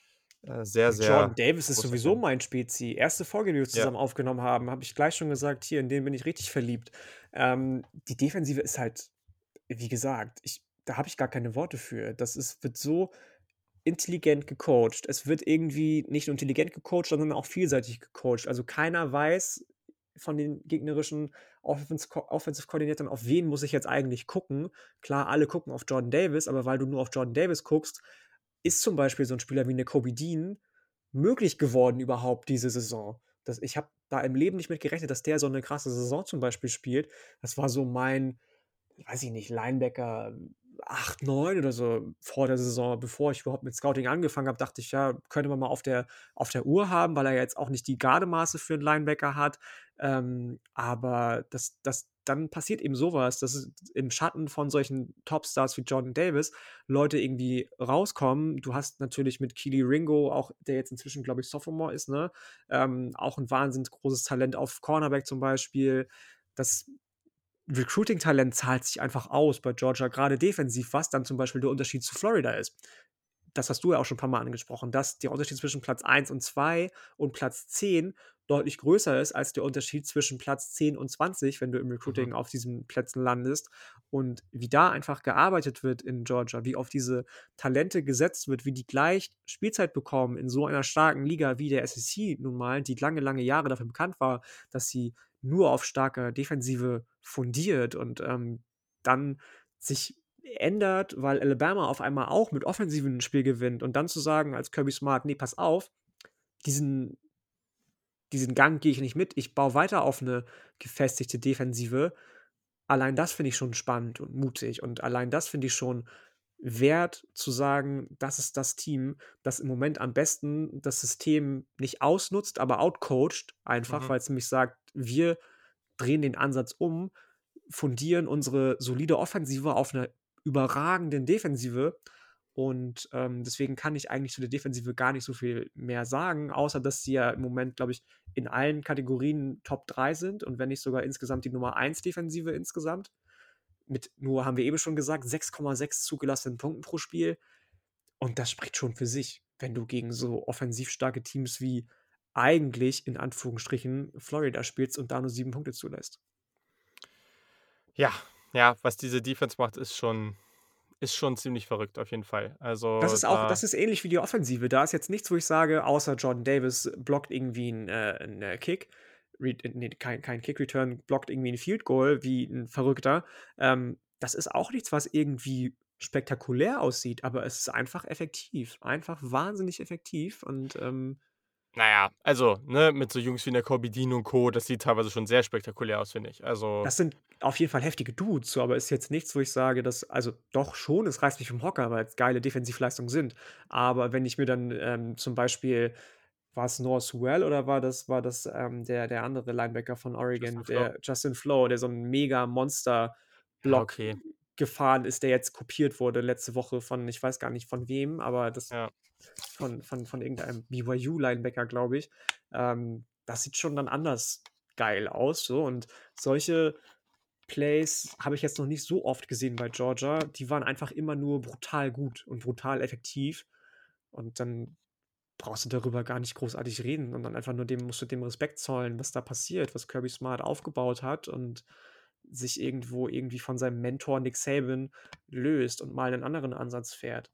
äh, sehr, Jordan sehr Davis ist großer sowieso Fan. mein Spezi. Erste Folge, die wir Ja. zusammen aufgenommen haben, habe ich gleich schon gesagt: „Hier, in den bin ich richtig verliebt.“ Ähm, die Defensive ist halt wie gesagt, ich da habe ich gar keine Worte für. Das ist wird so intelligent gecoacht. Es wird irgendwie nicht nur intelligent gecoacht, sondern auch vielseitig gecoacht. Also, keiner weiß von den gegnerischen Offense Co Offensive Koordinatoren, auf wen muss ich jetzt eigentlich gucken. Klar, alle gucken auf Jordan Davis, aber weil du nur auf Jordan Davis guckst, ist zum Beispiel so 'n Spieler wie 'ne Kobe Dean möglich geworden überhaupt diese Saison. Das ich habe da im Leben nicht mit gerechnet, dass der so 'ne krasse Saison zum Beispiel spielt. Das war so mein, weiß ich nicht, Linebacker acht, neun oder so vor der Saison. Bevor ich überhaupt mit Scouting angefangen habe, dachte ich: „Ja, könnte man mal auf der auf der Uhr haben“, weil er ja jetzt auch nicht die Gardemaße für 'n Linebacker hat. Ähm, aber das das dann passiert eben so was, dass es im Schatten von solchen Topstars wie Jordan Davis Leute irgendwie rauskommen. Du hast natürlich mit Kelee Ringo auch, der jetzt inzwischen, glaube ich, Sophomore ist, ne, ähm, auch 'n wahnsinnig großes Talent auf Cornerback zum Beispiel. Das Recruiting-Talent zahlt sich einfach aus bei Georgia, grade defensiv, was dann zum Beispiel der Unterschied zu Florida ist. Das hast du ja auch schon 'n paarmal angesprochen, dass der Unterschied zwischen Platz eins und zwei und Platz zehn deutlich größer ist als der Unterschied zwischen Platz zehn und zwanzig, wenn du im Mhm. Recruiting auf diesen Plätzen landest. Und wie da einfach gearbeitet wird in Georgia, wie auf diese Talente gesetzt wird, wie die gleich Spielzeit bekommen in so einer starken Liga wie der SEC nun mal, die lange, lange Jahre dafür bekannt war, dass sie nur auf starker Defensive fundiert und, ähm, dann sich ändert, weil Alabama auf einmal auch mit Offensiven 'n Spiel gewinnt und dann zu sagen als Kirby Smart: „Ne, pass auf, diesen diesen Gang gehe ich nicht mit. Ich baue weiter auf 'ne gefestigte Defensive.“ Allein das finde ich schon spannend und mutig und allein das finde ich schon wert zu sagen, das ist das Team, das im Moment am besten das System nicht ausnutzt, aber outcoacht einfach, Mhm. weil's nämlich sagt: „Wir drehen den Ansatz um, fundieren unsere solide Offensive auf 'ner überragenden Defensive.“ Und, ähm, deswegen kann ich eigentlich zu der Defensive gar nicht so viel mehr sagen, außer dass sie ja im Moment, glaube ich, in allen Kategorien Top drei sind und wenn nicht sogar insgesamt die Nummer eins Defensive insgesamt. Mit nur, haben wir eben schon gesagt, sechs Komma sechs zugelassenen Punkten pro Spiel. Und das spricht schon für sich, wenn du gegen so offensiv starke Teams wie eigentlich in Anführungsstrichen Florida spielst und da nur sieben Punkte zulässt. Ja, ja, was diese Defense macht, ist schon ist schon ziemlich verrückt auf jeden Fall. Das Also, ist auch da das ist ähnlich wie die Offensive. Da ist jetzt nichts, wo ich sage, außer Jordan Davis blockt irgendwie 'n äh, 'n, äh, Kick. Ret ne, kein kein Kick-Return, blockt irgendwie 'n Field Goal wie 'n Verrückter. Ähm, das ist auch nichts, was irgendwie spektakulär aussieht, aber es ist einfach effektiv. Einfach wahnsinnig effektiv und, ähm Na ja, also, ne, mit so Jungs wie 'ner Kobe Dean und Co., das sieht teilweise schon sehr spektakulär aus, finde ich. Also Das sind auf jeden Fall heftige Dudes, so, aber ist jetzt nichts, wo ich sage, dass also, doch schon, es reißt mich vom Hocker, weil's geile Defensivleistungen sind. Aber wenn ich mir dann, ähm, zum Beispiel war's Noah Sewell oder war das war das, ähm, der der andere Linebacker von Justin Oregon, Flowe. der Justin Flowe, der so 'n Ja, Mega-Monster-Block okay. gefahren ist, der jetzt kopiert wurde letzte Woche von ich weiß gar nicht von wem, aber das Ja. von von von irgendeinem B Y U-Linebacker, glaube ich. Ähm, das sieht schon dann anders geil aus so und solche Plays habe ich jetzt noch nicht so oft gesehen bei Georgia. Die waren einfach immer nur brutal gut und brutal effektiv. Und dann brauchst du darüber gar nicht großartig reden und dann einfach nur dem musst du dem Respekt zollen, was da passiert, was Kirby Smart aufgebaut hat und sich irgendwo irgendwie von seinem Mentor Nick Saban löst und mal 'nen anderen Ansatz fährt.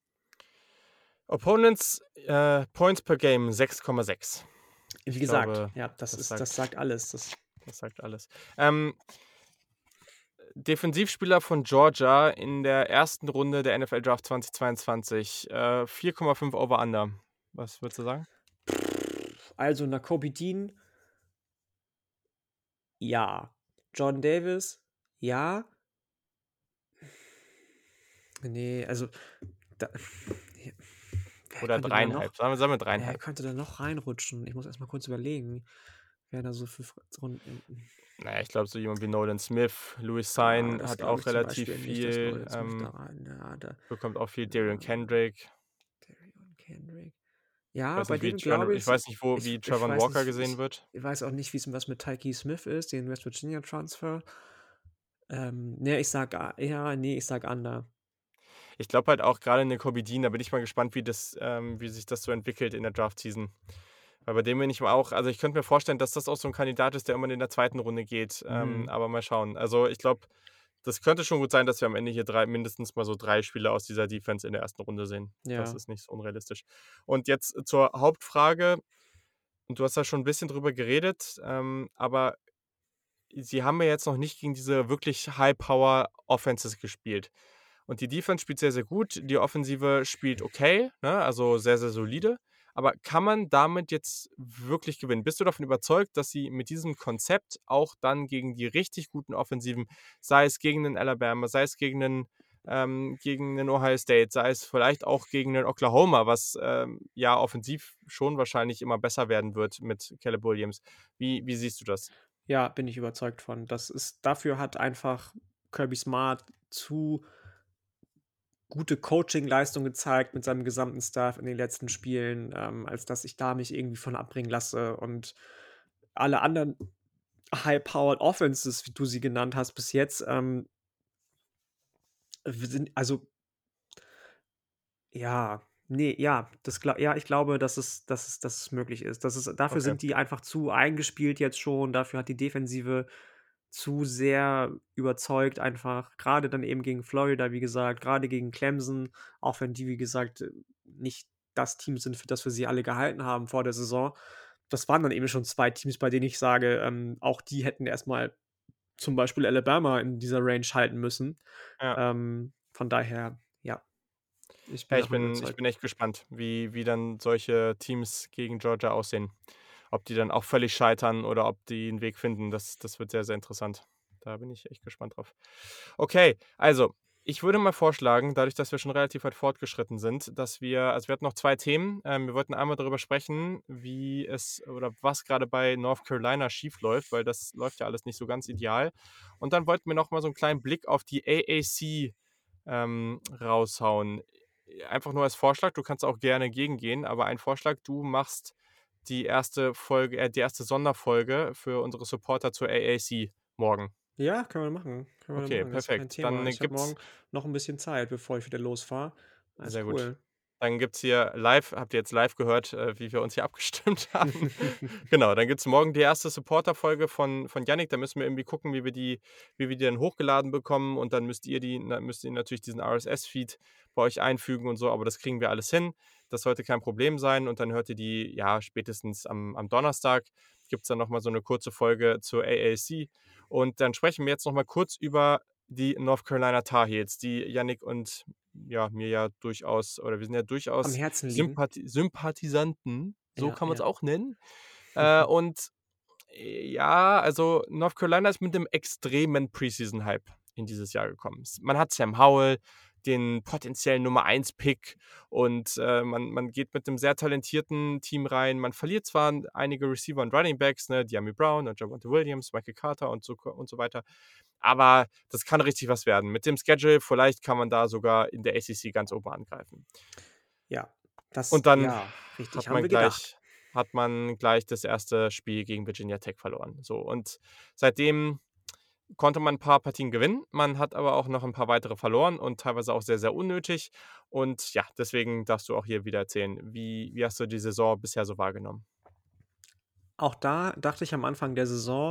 Opponents, äh, Points per Game sechs Komma sechs. Wie Ich gesagt, glaube, ja, das das ist das sagt sagt alles. Das das sagt alles. Ähm Defensivspieler von Georgia in der ersten Runde der N F L Draft zwanzig zweiundzwanzig, äh, vier Komma fünf over under. Was würdest du sagen? Also, Nakobe Dean ja. Jordan Davis, ja. Ne, also, da ne. Wer Oder könnte da noch dreieinhalb. Sagen wir sagen wir wer dreieinhalb. könnte da noch reinrutschen? Ich muss erst mal kurz überlegen, wer da so für Fr Runden Na ja, ich glaube, so jemand wie Nolan Smith, Louis Ah, Cine das hat glaube auch ich zum relativ Beispiel nicht, dass viel, Nolan Smith da ähm rein ja, da bekommt auch viel Derion ja. Kendrick. Kendrick. Ich Ja, weiß bei nicht, wie dem Trevor glaube ich ich weiß nicht, wo ich wie ich Trevor weiß Walker nicht gesehen ich wird. weiß auch nicht, wie's was mit Tyke Smith ist, den West Virginia Transfer. Ähm, ne, ich sage a ja, ne, ich sage Under. Ich glaube halt auch grade 'ne Kobe Dean, da bin ich mal gespannt, wie das ähm, wie sich das so entwickelt in der Draft-Season. Weil bei dem bin ich mir auch also, ich könnte mir vorstellen, dass das auch so 'n Kandidat ist, der irgendwann in der zweiten Runde geht, ähm, Mhm. aber mal schauen. Also, ich glaube, das könnte schon gut sein, dass wir am Ende hier drei mindestens mal so drei Spieler aus dieser Defense in der ersten Runde sehen. Das Ja. ist nicht so unrealistisch. Und jetzt zur Hauptfrage. Und du hast da schon 'n bisschen drüber geredet, ähm, aber sie haben ja jetzt noch nicht gegen diese wirklich High-Power-Offenses gespielt. Und die Defense spielt sehr, sehr gut. Die Offensive spielt okay, ne, also sehr, sehr solide. Aber kann man damit jetzt wirklich gewinnen? Bist du davon überzeugt, dass sie mit diesem Konzept auch dann gegen die richtig guten Offensiven, sei es gegen 'nen Alabama, sei es gegen 'nen ähm, gegen 'nen Ohio State, sei es vielleicht auch gegen 'nen Oklahoma, was, ähm, ja offensiv schon wahrscheinlich immer besser werden wird mit Caleb Williams. Wie wie siehst du das? Ja, bin ich überzeugt von. Das ist dafür hat einfach Kirby Smart zu gute Coachingleistung gezeigt mit seinem gesamten Staff in den letzten Spielen, ähm, als dass ich da mich irgendwie von abbringen lasse. Und alle anderen High-Powered Offenses, wie du sie genannt hast bis jetzt, ähm wir sind also ja, ne, ja, das gla ja, ich glaube, dass es dass es dass es möglich ist. Das ist dafür Okay. sind die einfach zu eingespielt jetzt schon. Dafür hat die Defensive zu sehr überzeugt einfach, grade dann eben gegen Florida, wie gesagt, grade gegen Clemson, auch wenn die, wie gesagt, äh, nicht das Team sind, für das wir sie alle gehalten haben vor der Saison. Das waren dann eben schon zwei Teams, bei denen ich sage, ähm, auch die hätten erst mal zum Beispiel Alabama in dieser Range halten müssen. Ja. Ähm, von daher, ja, ich bin Ja, ich davon bin ich überzeugt. bin echt gespannt, wie wie dann solche Teams gegen Georgia aussehen. Ob die dann auch völlig scheitern oder ob die 'n Weg finden, das das wird sehr, sehr interessant. Da bin ich echt gespannt drauf. Okay, also, ich würde mal vorschlagen, dadurch, dass wir schon relativ weit fortgeschritten sind, dass wir also, wir hatten noch zwei Themen. Ähm, wir wollten einmal darüber sprechen, wie es oder was grade bei North Carolina schiefläuft, weil das läuft ja alles nicht so ganz ideal. Und dann wollten wir noch mal so 'n kleinen Blick auf die A-A-C, ähm, raushauen. Einfach nur als Vorschlag, du kannst auch gerne gegengehen, aber ein Vorschlag, du machst die erste Folge äh, die erste Sonderfolge für unsere Supporter zur A-A-C morgen. Ja, können wir machen. Können wir Okay, machen, ist kein perfekt. Thema. Dann Ich habe gibt's morgen noch 'n bisschen Zeit, bevor ich wieder losfahre. Alles Sehr gut. cool. Dann gibt's hier live habt ihr jetzt live gehört, äh, wie wir uns hier abgestimmt haben. Genau, dann gibt's morgen die erste Supporter-Folge von von Yannick. Da müssen wir irgendwie gucken, wie wir die wie wir die dann hochgeladen bekommen und dann müsst ihr die na müsst ihr natürlich diesen RSS-Feed bei euch einfügen und so, aber das kriegen wir alles hin. Das sollte kein Problem sein und dann hört ihr die, ja, spätestens am am Donnerstag gibt's dann noch mal so 'ne kurze Folge zur A-A-C. Und dann sprechen wir jetzt noch mal kurz über die North Carolina Tar Heels, die Yannick und, ja, mir ja durchaus oder wir sind ja Am durchaus Herzen liegen. Sympathi Sympathisanten, so Ja, kann man's ja. auch nennen. Äh, und, ja, also, North Carolina ist mit 'nem extremen Preseason-Hype in dieses Jahr gekommen. S man hat Sam Howell, den potenziellen Nummer eins Pick und, äh, man man geht mit 'nem sehr talentierten Team rein. Man verliert zwar einige Receiver und Running Backs, ne, Dyami Brown und Javonte Williams, Michael Carter und so ko und so weiter, aber das kann richtig was werden. Mit dem Schedule vielleicht kann man da sogar in der A-C-C ganz oben angreifen. Ja, das Und dann ja, richtig, hat haben man wir gedacht. gleich hat man gleich das erste Spiel gegen Virginia Tech verloren. So, und seitdem konnte man 'n paar Partien gewinnen. Man hat aber auch noch 'n paar weitere verloren und teilweise auch sehr, sehr unnötig. Und ja, deswegen darfst du auch hier wieder erzählen. Wie wie hast du die Saison bisher so wahrgenommen? Auch da dachte ich am Anfang der Saison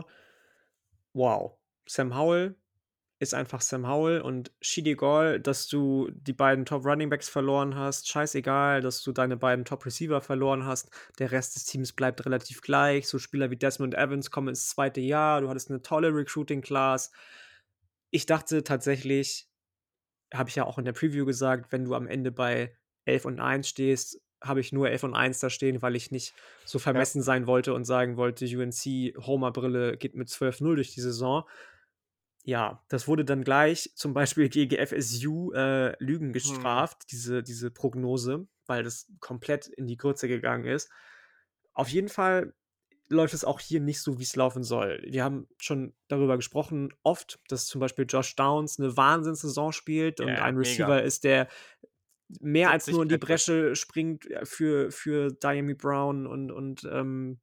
wow, Sam Howell ist einfach Sam Howell und schiedegal, dass du die beiden Top-Running-Backs verloren hast. Scheißegal, dass du deine beiden Top-Receiver verloren hast. Der Rest des Teams bleibt relativ gleich. So Spieler wie Desmond Evans kommen ins zweite Jahr. Du hattest 'ne tolle Recruiting-Class. Ich dachte tatsächlich habe ich ja auch in der Preview gesagt, wenn du am Ende bei elf und eins stehst, habe ich nur elf und eins da stehen, weil ich nicht so Ja. vermessen sein wollte und sagen wollte, U N C Homer-Brille geht mit zwölf null durch die Saison. Ja, das wurde dann gleich zum Beispiel gegen F S U, äh, Lügen Mhm. gestraft, diese diese Prognose, weil das komplett in die Grütze gegangen ist. Auf jeden Fall läuft es auch hier nicht so, wie's laufen soll. Wir haben schon darüber gesprochen oft, dass zum Beispiel Josh Downs 'ne Wahnsinnssaison spielt und Ja, ein mega. Receiver ist, der mehr setzt als sich nur in die komplett durch. Bresche springt, äh, für für Dyami Brown und und, ähm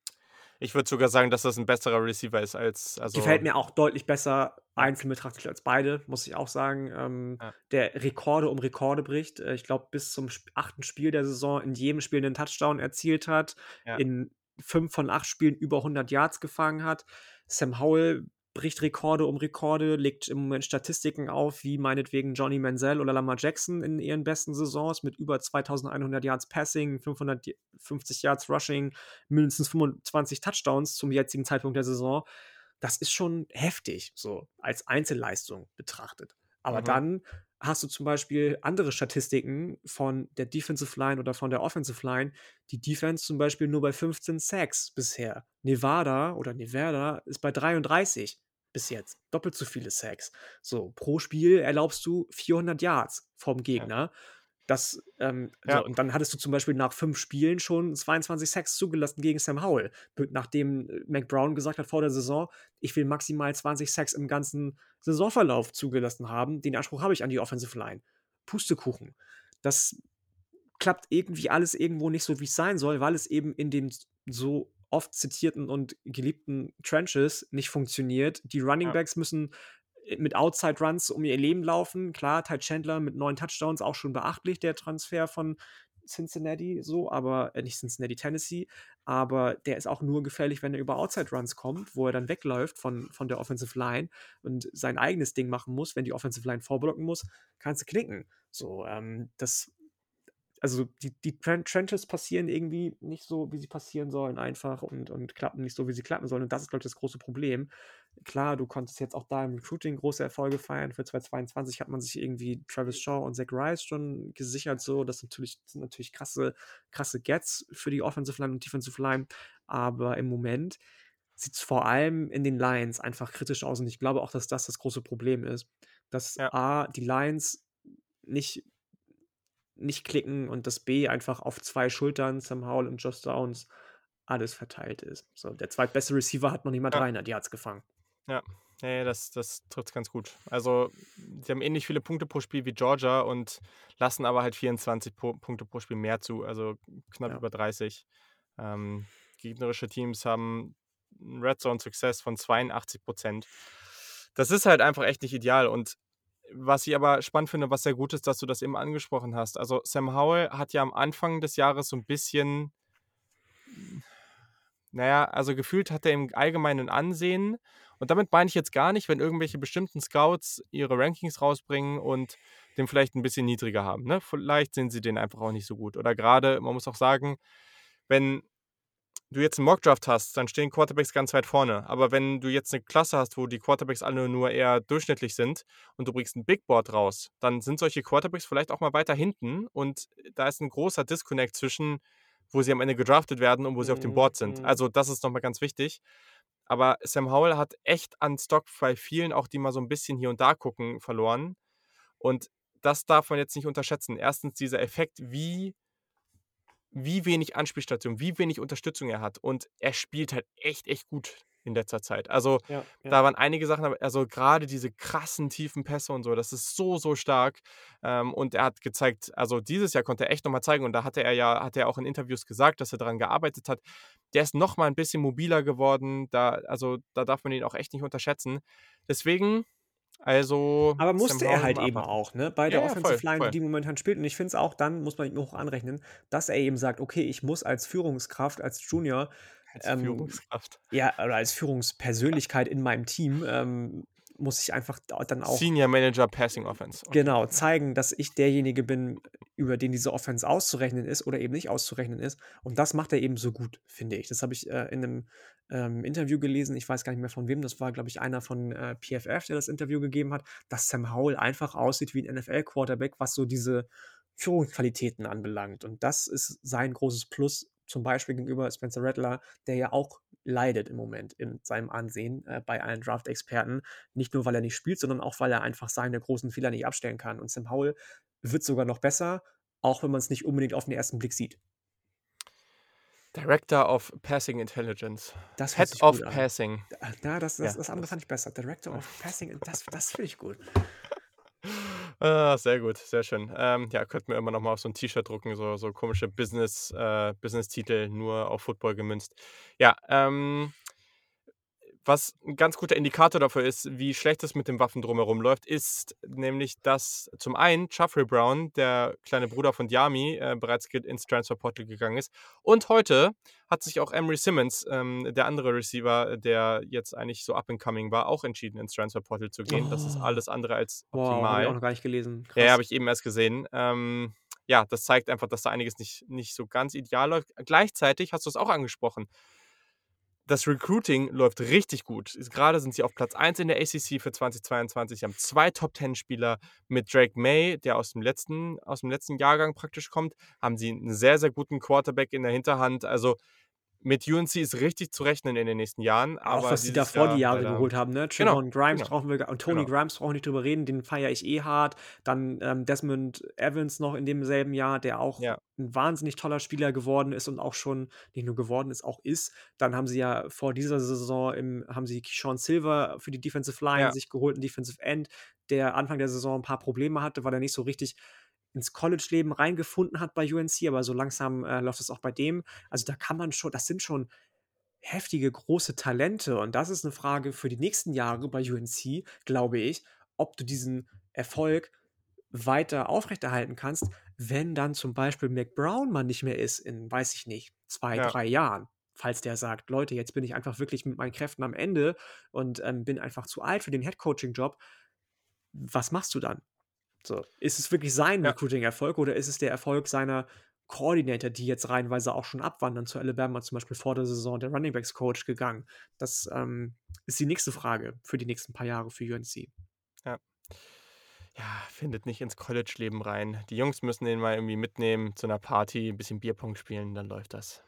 Ich würde sogar sagen, dass das 'n besserer Receiver ist als gefällt also mir auch deutlich besser ja, einzeln betrachtet als beide, muss ich auch sagen, ähm, ja, der Rekorde um Rekorde bricht. Äh, ich glaube, bis zum sp achten Spiel der Saison in jedem Spiel 'nen Touchdown erzielt hat, ja, in fünf von acht Spielen über hundert Yards gefangen hat. Sam Howell bricht Rekorde um Rekorde, legt im Moment Statistiken auf, wie meinetwegen Johnny Manziel oder Lamar Jackson in ihren besten Saisons mit über zweitausendeinhundert Yards Passing, fünfhundertfünfzig Yards Rushing, mindestens fünfundzwanzig Touchdowns zum jetzigen Zeitpunkt der Saison. Das ist schon heftig, so als Einzelleistung betrachtet. Aber mhm, dann hast du zum Beispiel andere Statistiken von der Defensive Line oder von der Offensive Line. Die Defense zum Beispiel nur bei fünfzehn Sacks bisher. Nevada oder Nevada ist bei dreiunddreißig bis jetzt. Doppelt so viele Sacks. So, pro Spiel erlaubst du vierhundert Yards vom ja, Gegner. Das, ähm, ja, so, und dann hattest du zum Beispiel nach fünf Spielen schon zweiundzwanzig Sacks zugelassen gegen Sam Howell. B nachdem, äh, Mac Brown gesagt hat vor der Saison: „Ich will maximal zwanzig Sacks im ganzen Saisonverlauf zugelassen haben. Den Anspruch habe ich an die Offensive Line." Pustekuchen. Das klappt irgendwie alles irgendwo nicht so, wie's sein soll, weil es eben in den s so oft zitierten und geliebten Trenches nicht funktioniert. Die Running ja, Backs müssen, äh, mit Outside Runs um ihr Leben laufen. Klar, Ty Chandler mit neun Touchdowns, auch schon beachtlich, der Transfer von Cincinnati so, aber äh, nicht Cincinnati, Tennessee, aber der ist auch nur gefährlich, wenn er über Outside Runs kommt, wo er dann wegläuft von von der Offensive Line und sein eigenes Ding machen muss. Wenn die Offensive Line vorblocken muss, kannst du knicken. So, ähm, das also die die Tren Trenches passieren irgendwie nicht so, wie sie passieren sollen einfach und und klappen nicht so, wie sie klappen sollen. Und das ist, glaube ich, das große Problem. Klar, du konntest jetzt auch da im Recruiting große Erfolge feiern. Für zwanzig zweiundzwanzig hat man sich irgendwie Travis Shaw und Zach Rice schon gesichert so. Das natürlich sind natürlich krasse krasse Gets für die Offensive Line und Defensive Line. Aber im Moment sieht's vor allem in den Lions einfach kritisch aus und ich glaube auch, dass das das große Problem ist, dass ja, A, die Lions nicht nicht klicken und dass B einfach auf zwei Schultern, Sam Howell und Josh Downs, alles verteilt ist. So, der zweitbeste Receiver hat noch nicht mal ja, dreihundert Yards gefangen. ja. Ne, das das trifft's ganz gut. Also, sie haben ähnlich viele Punkte pro Spiel wie Georgia und lassen aber halt vierundzwanzig Po Punkte pro Spiel mehr zu, also knapp Ja. über dreißig. Ähm, gegnerische Teams haben 'n Red Zone Success von zweiundachtzig. Das ist halt einfach echt nicht ideal und was ich aber spannend finde, was sehr gut ist, dass du das eben angesprochen hast. Also, Sam Howell hat ja am Anfang des Jahres so 'n bisschen na ja, also gefühlt hat er im Allgemeinen Ansehen und damit meine ich jetzt gar nicht, wenn irgendwelche bestimmten Scouts ihre Rankings rausbringen und den vielleicht 'n bisschen niedriger haben, ne? Vielleicht sehen sie den einfach auch nicht so gut oder grade man muss auch sagen, wenn du jetzt 'n Mockdraft hast, dann stehen Quarterbacks ganz weit vorne. Aber wenn du jetzt 'ne Klasse hast, wo die Quarterbacks alle nur eher durchschnittlich sind und du bringst 'n Big Board raus, dann sind solche Quarterbacks vielleicht auch mal weiter hinten und da ist 'n großer Disconnect zwischen, wo sie am Ende gedraftet werden und wo sie auf dem Mhm, Board sind. mhm. Also, das ist noch mal ganz wichtig. Aber Sam Howell hat echt an Stock bei vielen, auch die mal so 'n bisschen hier und da gucken, verloren. Und das darf man jetzt nicht unterschätzen. Erstens dieser Effekt, wie wie wenig Anspielstation, wie wenig Unterstützung er hat. Und er spielt halt echt, echt gut in letzter Zeit. Also, Ja, ja. da waren einige Sachen, aber also grade diese krassen tiefen Pässe und so, das ist so, so stark. Ähm, und er hat gezeigt also dieses Jahr konnte er echt noch mal zeigen und da hatte er ja hat er auch in Interviews gesagt, dass er dran gearbeitet hat. Der ist noch mal 'n bisschen mobiler geworden. Da also, da darf man ihn auch echt nicht unterschätzen. Deswegen, also Aber Sam musste er Howell halt mal eben abwarten. auch, ne? Bei Ja, der ja, voll, Offensive Line, wie voll. die momentan spielt. Und ich finde es auch dann muss man ihm hoch anrechnen, dass er eben sagt: „Okay, ich muss als Führungskraft, als Junior, Als ähm, Führungskraft. ja, oder als Führungspersönlichkeit in meinem Team, ähm, muss ich einfach da dann auch Senior Manager Passing Offense. Okay, genau, ja. zeigen, dass ich derjenige bin, über den diese Offense auszurechnen ist oder eben nicht auszurechnen ist. Und das macht er eben so gut, finde ich. Das habe ich, äh, in 'nem, ähm, Interview gelesen. Ich weiß gar nicht mehr von wem. Das war, glaube ich, einer von, äh, P F F, der das Interview gegeben hat, dass Sam Howell einfach aussieht wie 'n N F L-Quarterback, was so diese Führungsqualitäten anbelangt. Und das ist sein großes Plus, zum Beispiel gegenüber Spencer Rattler, der ja auch leidet im Moment in seinem Ansehen, äh, bei allen Draft-Experten. Nicht nur, weil er nicht spielt, sondern auch, weil er einfach seine großen Fehler nicht abstellen kann. Und Sam Howell wird sogar noch besser, auch wenn man's nicht unbedingt auf den ersten Blick sieht. Director of Passing Intelligence. Das hört Head sich gut of an. Passing. Da ja, das das Ja, das andere das fand ich besser. Director of Passing, das das finde ich gut. Ah, sehr gut, sehr schön. Ähm, ja, könnten wir immer noch mal auf so 'n T-Shirt drucken, so so komische Business äh, Business-Titel, nur auf Football gemünzt. Ja, ähm was 'n ganz guter Indikator dafür ist, wie schlecht es mit den Waffen drumherum läuft, ist nämlich, dass zum einen Jeffrey Brown, der kleine Bruder von Dyami, äh, bereits ge ins Transferportal gegangen ist. Und heute hat sich auch Emery Simmons, ähm, der andere Receiver, der jetzt eigentlich so up and coming war, auch entschieden, ins Transferportal zu gehen. Das ist Oh, alles andere als wow, habe ich auch optimal. noch gar nicht gelesen. Ja, ja, Krass. habe ich eben erst gesehen. Ähm, ja, das zeigt einfach, dass da einiges nicht nicht so ganz ideal läuft. Gleichzeitig hast du's auch angesprochen, das Recruiting läuft richtig gut. Ist grade sind sie auf Platz eins in der A C C für zwanzig zweiundzwanzig. Sie haben zwei Top Ten Spieler mit Drake Maye, der aus dem letzten aus dem letzten Jahrgang praktisch kommt, haben sie 'n sehr, sehr guten Quarterback in der Hinterhand. Also, mit U N C ist richtig zu rechnen in den nächsten Jahren, Auch aber was die dieses davor die Jahr Jahre leider geholt haben, ne? genau, Trevon Grimes genau, brauchen wir gar und Tony genau. Grimes brauchen wir nicht drüber reden, den feiere ich eh hart. Dann, ähm, Desmond Evans noch in demselben Jahr, der auch Ja. 'n wahnsinnig toller Spieler geworden ist und auch schon nicht nur geworden ist, auch ist. Dann haben sie ja vor dieser Saison im haben sie Keyshawn Silver für die Defensive Line Ja. sich geholt, 'n Defensive End, der Anfang der Saison 'n paar Probleme hatte, weil er nicht so richtig ins College-Leben reingefunden hat bei U N C, aber so langsam, äh, läuft es auch bei dem. Also, da kann man schon das sind schon heftige, große Talente und das ist 'ne Frage für die nächsten Jahre bei U N C, glaube ich, ob du diesen Erfolg weiter aufrechterhalten kannst, wenn dann zum Beispiel Mack Brown mal nicht mehr ist in, weiß ich nicht, zwei, Ja. drei Jahren. Falls der sagt: „Leute, jetzt bin ich einfach wirklich mit meinen Kräften am Ende und, ähm, bin einfach zu alt für den Head-Coaching-Job.“ Was machst du dann? So, ist es wirklich sein Ja. Recruiting-Erfolg oder ist es der Erfolg seiner Coordinator, die jetzt reihenweise auch schon abwandern zu Alabama, zum Beispiel vor der Saison der Running-Backs-Coach gegangen? Das, ähm, ist die nächste Frage für die nächsten paar Jahre für U N C. Ja. Ja, findet nicht ins College-Leben rein. Die Jungs müssen den mal irgendwie mitnehmen zu 'ner Party, 'n bisschen Bierpong spielen, dann läuft das.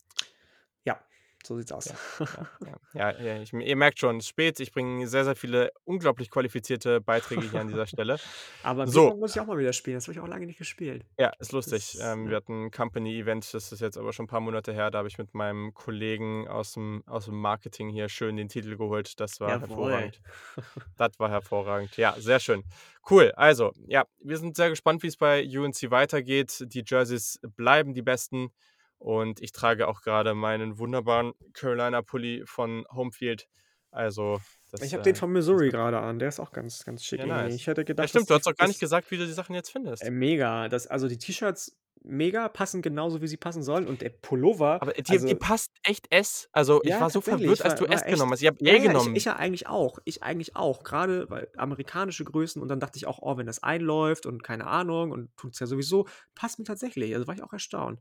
Ja, so sieht's aus. Ja, ja, ja. Ja, ja, ich ihr merkt schon, es ist spät. Ich bringe sehr, sehr viele unglaublich qualifizierte Beiträge hier an dieser Stelle. Aber So. Bierpong muss ich auch mal wieder spielen. Das habe ich auch lange nicht gespielt. Ja, ist lustig. Das Ähm, wir ja. hatten 'n Company-Event, das ist jetzt aber schon 'n paar Monate her. Da habe ich mit meinem Kollegen aus'm aus'm Marketing hier schön den Titel geholt. Das war Jawohl. hervorragend. Das war hervorragend. Ja, sehr schön. Cool. Also, ja, wir sind sehr gespannt, wie's bei U N C weitergeht. Die Jerseys bleiben die besten und ich trage auch grade meinen wunderbaren Carolina-Pulli von Homefield. Also, Ich das, habe den äh, von ist Missouri natürlich grade an. Der ist auch ganz, ganz schick Ja, irgendwie. nice. Ich hätte Ja, gedacht, dass stimmt, du die hast doch gar nicht das gesagt, wie du die Sachen jetzt Äh, findest. mega. Das also, die T-Shirts mega, passen genauso, wie sie passen sollen und der Pullover, Aber dir dir also passt echt S. Also, ich Ja, war so verwirrt, tatsächlich, als du war S war genommen echt hast. Ich habe ja, L ja, ich ich genommen. ja eigentlich auch. Ich eigentlich auch. Grade, weil amerikanische Größen und dann dachte ich auch: „Oh, wenn das einläuft und keine Ahnung und tut's ja sowieso“, passt mir tatsächlich. Also, war ich auch erstaunt.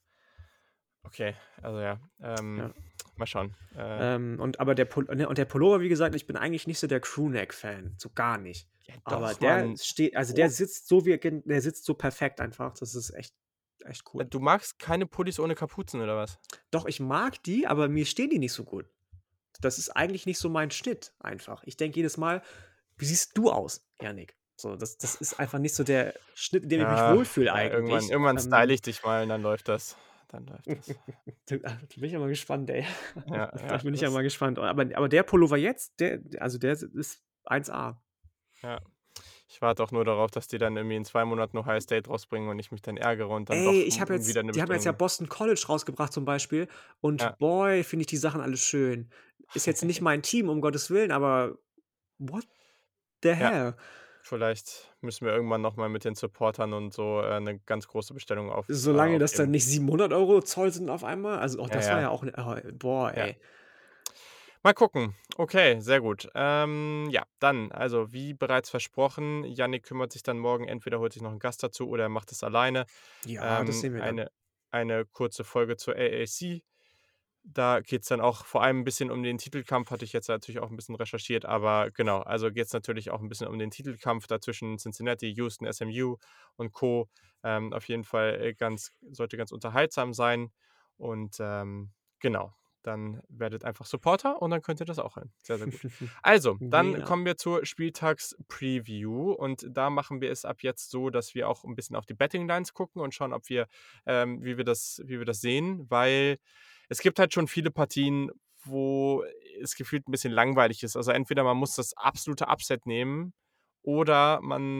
Okay, also, ja, ähm, Ja. mal schauen. Äh Ähm, und aber der Pull ne, und der Pullover, wie gesagt, ich bin eigentlich nicht so der Crewneck-Fan, so gar nicht. Ja, Aber doch, der Mann. steht also, der Oh. sitzt so wie gen der sitzt so perfekt einfach. Das ist echt echt Äh, cool. du magst keine Pullis ohne Kapuzen oder was? Doch, ich mag die, aber mir stehen die nicht so gut. Das ist eigentlich nicht so mein Schnitt einfach. Ich denke jedes Mal: „Wie siehst du aus, Yannick?“ So, das das ist einfach nicht so der Schnitt, in dem ich mich Ja, wohlfühle ja, irgendwann eigentlich. irgendwann style Ähm ich dich mal und dann läuft das. Dann läuft das. Da da bin ich ja mal gespannt, ey. Ja, Da ja, bin ich ja das mal gespannt. Aber aber der Pullover jetzt, der also, der ist eins A. Ja. Ich warte auch nur darauf, dass die dann irgendwie in zwei Monaten Ohio State rausbringen und ich mich dann ärgere und dann Ey, doch ich habe m jetzt wieder 'ne die haben jetzt ja Bestellung Boston College rausgebracht zum Beispiel Ja. und boy, finde ich die Sachen alle schön. Ist jetzt nicht mein Team, um Gottes Willen, aber what the Ja. hell? Vielleicht müssen wir irgendwann noch mal mit den Supportern und so, äh, 'ne ganz große Bestellung auf äh, Solange das dann aufgeben. nicht siebenhundert Euro Zoll sind auf einmal. Also, oh, Ja, das war ja. ja auch 'ne oh, boah, Ja. ey. Mal gucken. Okay, sehr gut. Ähm, ja, dann, also, wie bereits versprochen, Yannick kümmert sich dann morgen entweder holt sich noch 'n Gast dazu oder er macht es alleine. Ja, das Ähm, sehen wir dann. eine eine kurze Folge zur A A C. Da geht's dann auch vor allem 'n bisschen um den Titelkampf, hatte ich jetzt natürlich auch 'n bisschen recherchiert, aber genau, also, geht's natürlich auch 'n bisschen um den Titelkampf da zwischen Cincinnati, Houston, S M U und Co. Ähm, auf jeden Fall, äh, ganz sollte ganz unterhaltsam sein und, ähm, genau, dann werdet einfach Supporter und dann könnt ihr das auch hören. Sehr, sehr gut. Also, dann Mega. kommen wir zur Spieltags-Preview und da machen wir es ab jetzt so, dass wir auch 'n bisschen auf die Betting-Lines gucken und schauen, ob wir ähm, wie wir das wie wir das sehen, weil es gibt halt schon viele Partien, wo es gefühlt 'n bisschen langweilig ist. Also, entweder man muss das absolute Upset nehmen oder man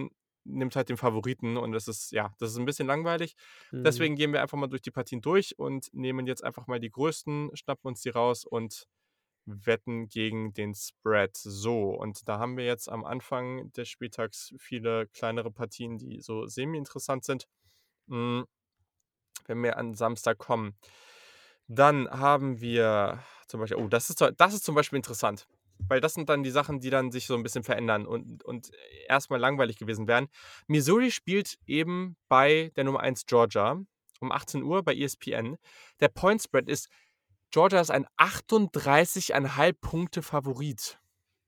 nimmt halt den Favoriten und das ist ja, das ist 'n bisschen langweilig. Mhm. Deswegen gehen wir einfach mal durch die Partien durch und nehmen jetzt einfach mal die größten, schnappen uns die raus und wetten gegen den Spread. So, und da haben wir jetzt am Anfang des Spieltags viele kleinere Partien, die so semi-interessant sind. Hm, wenn wir an Samstag kommen, dann haben wir zum Beispiel oh, das ist z das ist zum Beispiel interessant, weil das sind dann die Sachen, die dann sich so 'n bisschen verändern und und erst mal langweilig gewesen wären. Missouri spielt eben bei der Nummer eins Georgia um achtzehn Uhr bei E S P N. Der Point Spread ist Georgia ist ein achtunddreißig Komma fünf Punkte Favorit.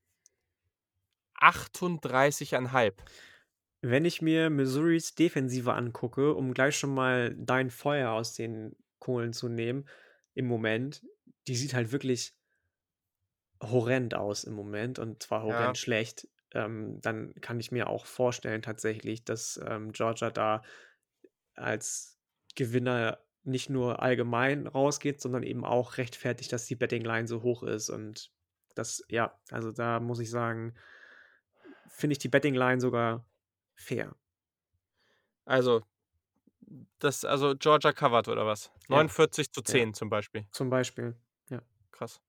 achtunddreißig Komma fünf. Wenn ich mir Missouris Defensive angucke, um gleich schon mal dein Feuer aus den Kohlen zu nehmen im Moment, die sieht halt wirklich horrend aus im Moment und zwar Ja. horrend schlecht. Ähm, dann kann ich mir auch vorstellen tatsächlich, dass, ähm, Georgia da als Gewinner nicht nur allgemein rausgeht, sondern eben auch rechtfertigt, dass die Betting-Line so hoch ist und das ja, also da muss ich sagen finde ich die Betting-Line sogar fair. Also das also Georgia covert oder was? Ja, neunundvierzig zu ja, zehn zum Beispiel. zum Beispiel, ja. Krass.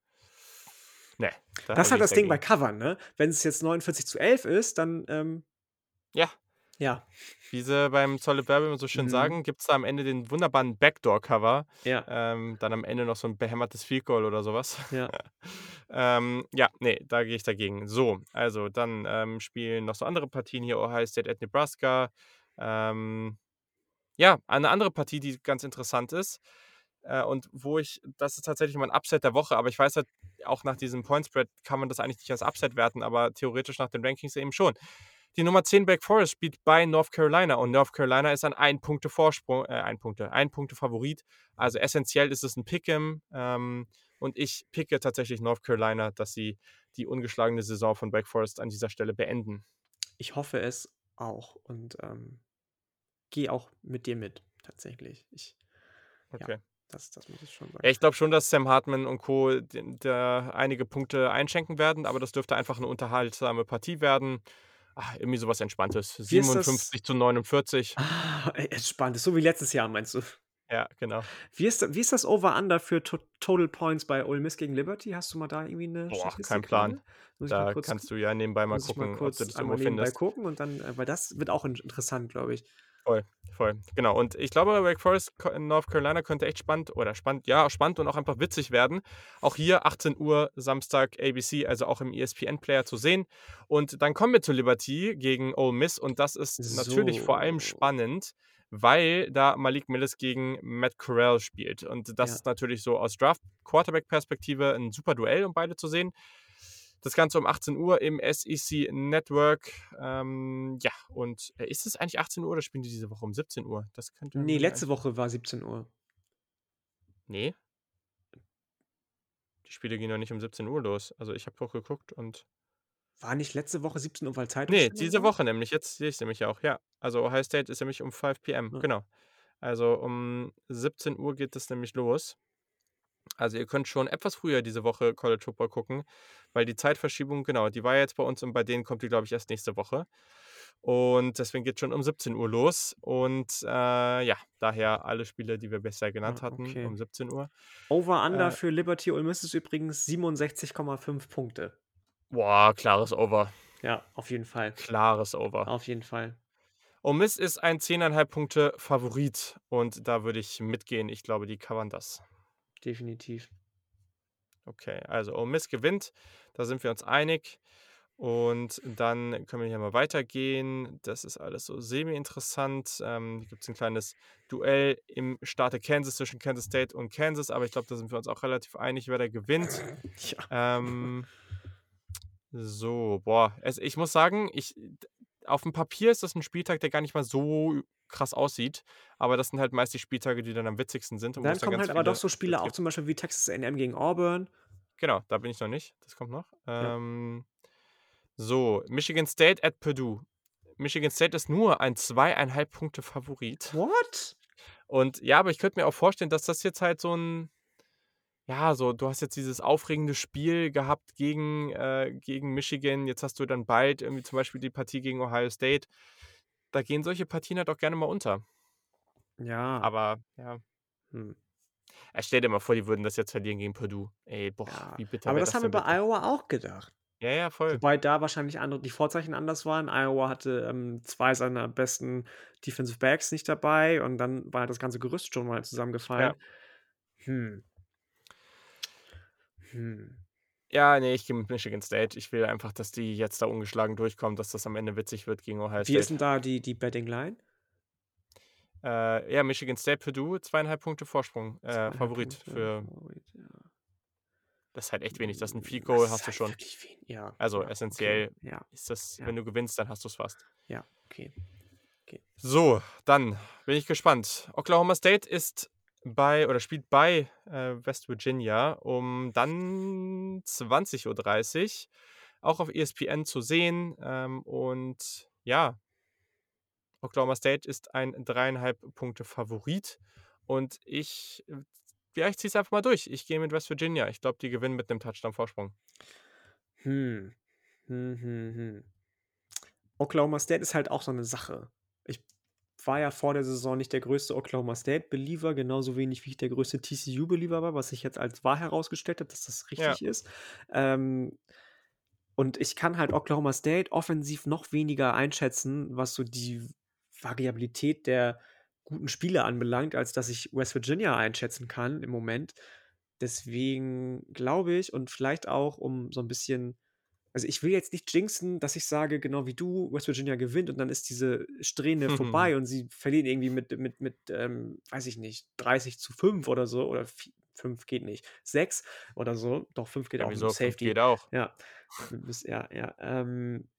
Ne, Das da ist gehe halt ich das Ding bei dagegen. Covern, ne? Wenn's jetzt neunundvierzig zu elf ist, dann, ähm Ja. ja. Wie sie beim Solid Verbal immer so schön Mhm. sagen, gibt's da am Ende den wunderbaren Backdoor-Cover, Ja. ähm, dann am Ende noch so 'n behämmertes Field Goal oder so was. Ja. Ähm, ja, ne, da gehe ich dagegen. So, also dann, ähm, spielen noch so andere Partien hier, Ohio State at Nebraska. Ähm, ja, eine andere Partie, die ganz interessant ist, äh, und wo ich das ist tatsächlich mein Upset der Woche, aber ich weiß halt, auch nach diesem Point Spread kann man das eigentlich nicht als Upset werten, aber theoretisch nach den Rankings eben schon. Die Nummer zehn Wake Forest spielt bei North Carolina und North Carolina ist ein ein Punkte Vorsprung äh, ein Punkte ein Punkte Favorit. Also essenziell ist es 'n Pick 'em, ähm, und ich picke tatsächlich North Carolina, dass sie die ungeschlagene Saison von Wake Forest an dieser Stelle beenden. Ich hoffe es auch und, ähm, gehe auch mit dir mit tatsächlich. Ich ja, Okay. das das muss ich schon Ja, sagen. ich glaube schon, dass Sam Hartman und Co. den da einige Punkte einschenken werden, aber das dürfte einfach 'ne unterhaltsame Partie werden. Ah, irgendwie so was Entspanntes. Wie ist das siebenundfünfzig zu neunundvierzig. Ah, e entspannt, ist so wie letztes Jahr, meinst du? Ja, genau. Wie ist wie ist das Over Under für To Total Points bei Ole Miss gegen Liberty? Hast du mal da irgendwie 'ne Boah, kein Statistik Plan. grade? Muss ich mal Da kurz kannst du ja nebenbei mal muss ich mal gucken, ob du kurz das einmal irgendwo nebenbei findest. gucken und dann äh, weil das wird auch in interessant, glaube ich. Voll, voll. Genau. Und ich glaube, Wake Forest Ko North Carolina könnte echt spannend oder spannend ja, spannend und auch einfach witzig werden. Auch hier achtzehn Uhr Samstag A B C, also auch im E S P N-Player zu sehen. Und dann kommen wir zu Liberty gegen Ole Miss und das ist natürlich vor allem So. spannend, weil da Malik Millis gegen Matt Corral spielt. Und das Ja. ist natürlich so aus Draft-Quarterback-Perspektive 'n super Duell, um beide zu sehen. Das Ganze um achtzehn Uhr im S E C Network. Ähm, ja, und, äh, ist es eigentlich achtzehn Uhr oder spielen die diese Woche um siebzehn Uhr? Das könnte Ne, man ja letzte eigentlich Woche war siebzehn Uhr. Ne. Die Spiele gehen doch nicht um siebzehn Uhr los. Also, ich habe doch geguckt und War nicht letzte Woche siebzehn Uhr, weil Ne, Zeitumstellung diese war? Woche nämlich. Jetzt sehe ich's nämlich auch, ja. Also, Ohio State ist nämlich um five PM, Ja. genau. Also, um siebzehn Uhr geht es nämlich los. Also, ihr könnt schon etwas früher diese Woche College Football gucken, weil die Zeitverschiebung genau, die war jetzt bei uns und bei denen kommt die, glaube ich, erst nächste Woche. Und deswegen geht's schon um siebzehn Uhr los und, äh, ja, daher alle Spiele, die wir bisher genannt Ah, hatten, okay. um siebzehn Uhr. Over Under Äh für Liberty Ole Miss ist übrigens siebenundsechzig Komma fünf Punkte. Boah, klares Over. Ja, auf jeden Fall. Klares Over. Auf jeden Fall. Ole Miss ist ein zehn Komma fünf Punkte Favorit und da würde ich mitgehen. Ich glaube, die covern das. Definitiv. Okay, also Ole Miss gewinnt, da sind wir uns einig. Und dann können wir hier mal weitergehen. Das ist alles so semi-interessant. Ähm, hier gibt's 'n kleines Duell im Staate Kansas zwischen Kansas State und Kansas, aber ich glaube, da sind wir uns auch relativ einig, wer da gewinnt. Ja. Ähm, so, boah, also, ich muss sagen, ich d aufm Papier ist das 'n Spieltag, der gar nicht mal so krass aussieht, aber das sind halt meist die Spieltage, die dann am witzigsten sind und wo's Dann dann kommen ganz halt aber doch viele so Upsets Spiele auch gibt. zum Beispiel wie Texas A&M gegen Auburn. Genau, da bin ich noch nicht. Das kommt noch. Ja. Ähm, so, Michigan State at Purdue. Michigan State ist nur ein zwei Komma fünf Punkte Favorit. What? Und ja, aber ich könnte mir auch vorstellen, dass das jetzt halt so 'n ja, so du hast jetzt dieses aufregende Spiel gehabt gegen äh, gegen Michigan. Jetzt hast du dann bald irgendwie zum Beispiel die Partie gegen Ohio State. da gehen solche Partien halt auch gerne mal unter. Ja. Aber ja. Hm. Äh, stell dir mal vor, die würden das jetzt verlieren gegen Purdue. Ey, boah, Ja, wie bitter aber wäre das das haben wir denn bei bitte? Iowa auch gedacht. Ja, ja, voll. Wobei da wahrscheinlich andere die Vorzeichen anders waren. Iowa hatte, ähm, zwei seiner besten Defensive Backs nicht dabei und dann war das ganze Gerüst schon mal Ja. zusammengefallen. Hm. Hm. Ja, ne, ich gehe mit Michigan State. Ich will einfach, dass die jetzt da ungeschlagen durchkommen, dass das am Ende witzig wird gegen Ohio Wie ist State. 'n da die die Betting Line? Äh, ja, Michigan State, Purdue, zwei Komma fünf Punkte Vorsprung, äh, zwei Komma fünf Favorit Punkte für Favorit, ja. das ist halt echt wenig. Das ist 'n Field Hm, das Goal ist hast du halt schon. wirklich wen ja, Also, ja, okay, essenziell ja, ist das ja, wenn du gewinnst, dann hast du's fast. ja, okay, okay. So, dann bin ich gespannt. Oklahoma State ist bei oder spielt bei, äh, West Virginia um dann zwanzig Uhr dreißig, auch auf E S P N zu sehen. Ähm, und ja, Oklahoma State ist ein drei Komma fünf Punkte Favorit und ich äh, ja, ich ziehe es einfach mal durch. Ich gehe mit West Virginia. Ich glaube, die gewinnen mit 'nem Touchdown-Vorsprung. Hm. Hm, hm, hm. Oklahoma State ist halt auch so 'ne Sache. Ich war ja vor der Saison nicht der größte Oklahoma State-Believer, genauso wenig wie ich der größte T C U-Believer war, was sich jetzt als wahr herausgestellt hat, dass das Ja. richtig ist. Ähm, und ich kann halt Oklahoma State offensiv noch weniger einschätzen, was so die Variabilität der guten Spieler anbelangt, als dass ich West Virginia einschätzen kann im Moment. Deswegen glaube ich und vielleicht auch, um so 'n bisschen also, ich will jetzt nicht jinxen, dass ich sage, genau wie du, West Virginia gewinnt und dann ist diese Strähne vorbei und sie verlieren irgendwie mit mit mit, ähm, weiß ich nicht, dreißig zu fünf oder so oder vi fünf geht nicht, sechs oder so. Doch, fünf geht Ja, auch mit 'nem wieso? fünf Safety. geht auch. Ja, bis ja, ja, ähm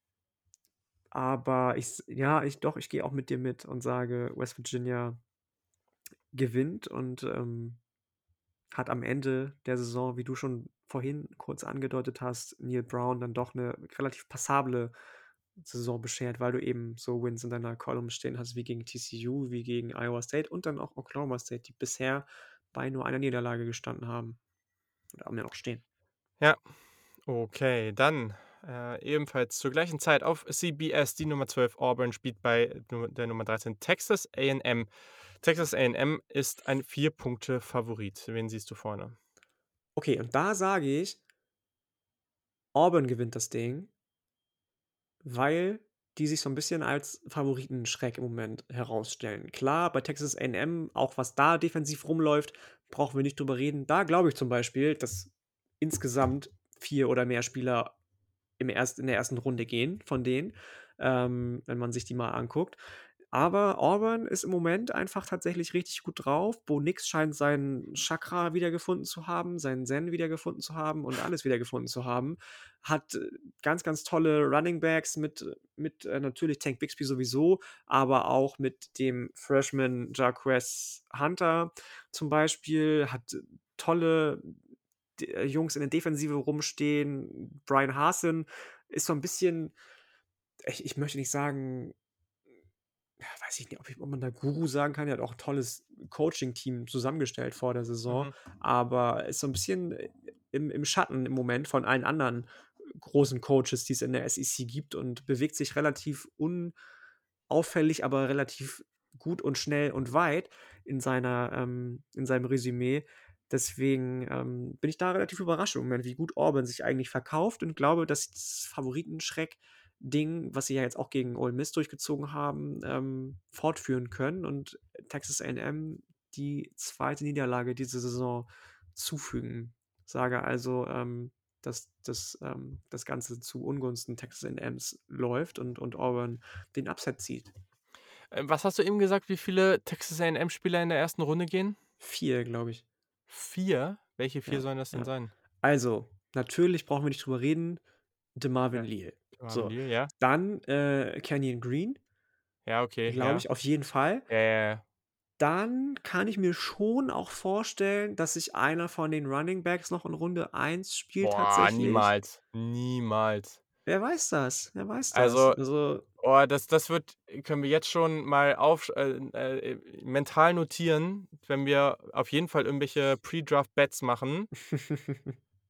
aber ich s ja, ich doch, ich gehe auch mit dir mit und sage, West Virginia gewinnt und, ähm, hat am Ende der Saison, wie du schon vorhin kurz angedeutet hast, Neal Brown dann doch 'ne relativ passable Saison beschert, weil du eben so Wins in deiner Column stehen hast wie gegen T C U, wie gegen Iowa State und dann auch Oklahoma State, die bisher bei nur einer Niederlage gestanden haben oder immer noch stehen. Ja, okay, dann, äh, ebenfalls zur gleichen Zeit auf C B S die Nummer zwölf Auburn spielt bei Nu der Nummer dreizehn Texas A und M. Texas A und M ist ein vier Punkte Favorit. Wen siehst du vorne? Okay, und da sage ich Auburn gewinnt das Ding weil die sich so 'n bisschen als Favoritenschreck im Moment herausstellen. Klar, bei Texas A und M, auch was da defensiv rumläuft, brauchen wir nicht drüber reden. Da glaube ich zum Beispiel, dass insgesamt vier oder mehr Spieler im erst in der ersten Runde gehen von denen, ähm, wenn man sich die mal anguckt. Aber Auburn ist im Moment einfach tatsächlich richtig gut drauf. Bo Nix scheint seinen Chakra wiedergefunden zu haben, seinen Zen wiedergefunden zu haben und alles wiedergefunden zu haben. Hat, äh, ganz, ganz tolle Running Backs mit mit, äh, natürlich Tank Bigsby sowieso, aber auch mit dem Freshman Jarquez Hunter zum Beispiel. Hat tolle d Jungs in der Defensive rumstehen. Bryan Harsin ist so 'n bisschen ich ich möchte nicht sagen ja, weiß ich nicht, ob ich ob man da Guru sagen kann. Er hat auch 'n tolles Coaching-Team zusammengestellt vor der Saison, Mhm. aber ist so 'n bisschen im im Schatten im Moment von allen anderen großen Coaches, die es in der S E C gibt und bewegt sich relativ unauffällig, aber relativ gut und schnell und weit in seiner ähm, in seinem Resümee. Deswegen, ähm, bin ich da relativ überrascht im Moment, wie gut Auburn sich eigentlich verkauft und glaube, dass das Favoritenschreck-Ding, was sie ja jetzt auch gegen Ole Miss durchgezogen haben, ähm, fortführen können und Texas A und M die zweite Niederlage diese Saison zufügen. Sage also, ähm, dass dass, ähm, das Ganze zu Ungunsten Texas A und M's läuft und und Auburn den Upset zieht. Ähm, was hast du eben gesagt, wie viele Texas A und M-Spieler in der ersten Runde gehen? vier, glaube ich. vier? Welche vier Ja, sollen das denn ja. sein? Also, natürlich brauchen wir nicht drüber reden, DeMarvin Ja. Leal. DeMarvin So, Leal, ja. dann, äh, Kenyon Green Ja, okay, glaube ja. ich, auf jeden Fall. Ja, ja, ja. Dann kann ich mir schon auch vorstellen, dass sich einer von den Running Backs noch in Runde eins spielt Boah, tatsächlich. niemals, niemals. Wer weiß das? Wer weiß das? Also, Also oh, das das wird können wir jetzt schon mal aufsch äh, äh, mental notieren, wenn wir auf jeden Fall irgendwelche Pre-Draft-Bets machen.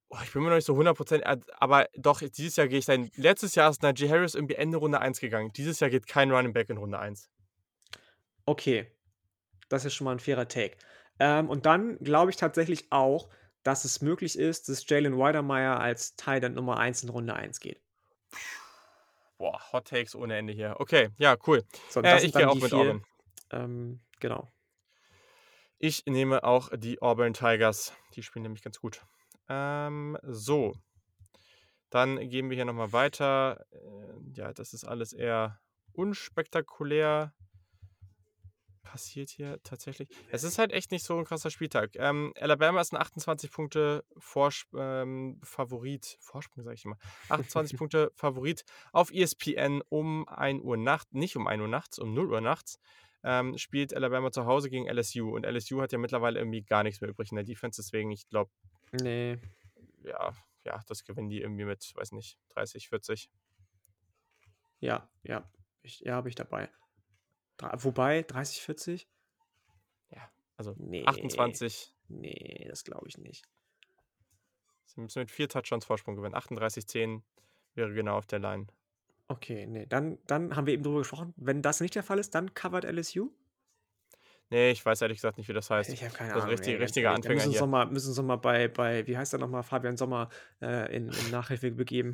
Oh, ich bin mir noch nicht so hundert Prozent, ad aber doch, dieses Jahr gehe ich dahin. Letztes Jahr ist Najee Harris irgendwie Ende Runde eins gegangen. Dieses Jahr geht kein Running Back in Runde eins. Okay, das ist schon mal 'n fairer Take. Ähm, und dann glaube ich tatsächlich auch, dass es möglich ist, dass Jalen Wydermyer als Tight End Nummer eins in Runde eins geht. Boah, Hot Takes ohne Ende hier. Okay, ja, cool. So, und das Äh, ich sind gehe dann auch die mit vier. Auburn. Ähm, genau. Ich nehme auch die Auburn Tigers. Die spielen nämlich ganz gut. Ähm, so. Dann gehen wir hier noch mal weiter. Äh, ja, das ist alles eher unspektakulär. Passiert hier tatsächlich. Es ist halt echt nicht so 'n krasser Spieltag. Ähm, Alabama ist 'n achtundzwanzig Punkte Vorsch ähm, Favorit. Vorsprung sage ich immer. achtundzwanzig Punkte Favorit auf E S P N um ein Uhr nacht nicht um ein Uhr nachts, um null Uhr nachts, ähm, spielt Alabama zu Hause gegen L S U. Und L S U hat ja mittlerweile irgendwie gar nix mehr übrig in der Defense, deswegen ich glaube Ne. ja, ja, das gewinnen die irgendwie mit, weiß nicht, dreißig, vierzig. Ja, ja. Ich ja, bin ich dabei. Dra wobei dreißig, vierzig? Ja, also Ne, achtundzwanzig ne, das glaube ich nicht. Sie müssen mit vier Touchdowns Vorsprung gewinnen. achtunddreißig zehn wäre genau auf der Line. Okay, ne, dann dann haben wir eben drüber gesprochen. Wenn das nicht der Fall ist, dann covert L S U? Ne, ich weiß ehrlich gesagt nicht, wie das heißt. Ich habe keine Das ist 'n Ahnung, richtig ey, ganz richtiger ehrlich. Da Anfänger müssen wir uns hier. noch mal müssen wir uns noch mal bei bei wie heißt der noch mal, Fabian Sommer, äh, in in Nachhilfe begeben.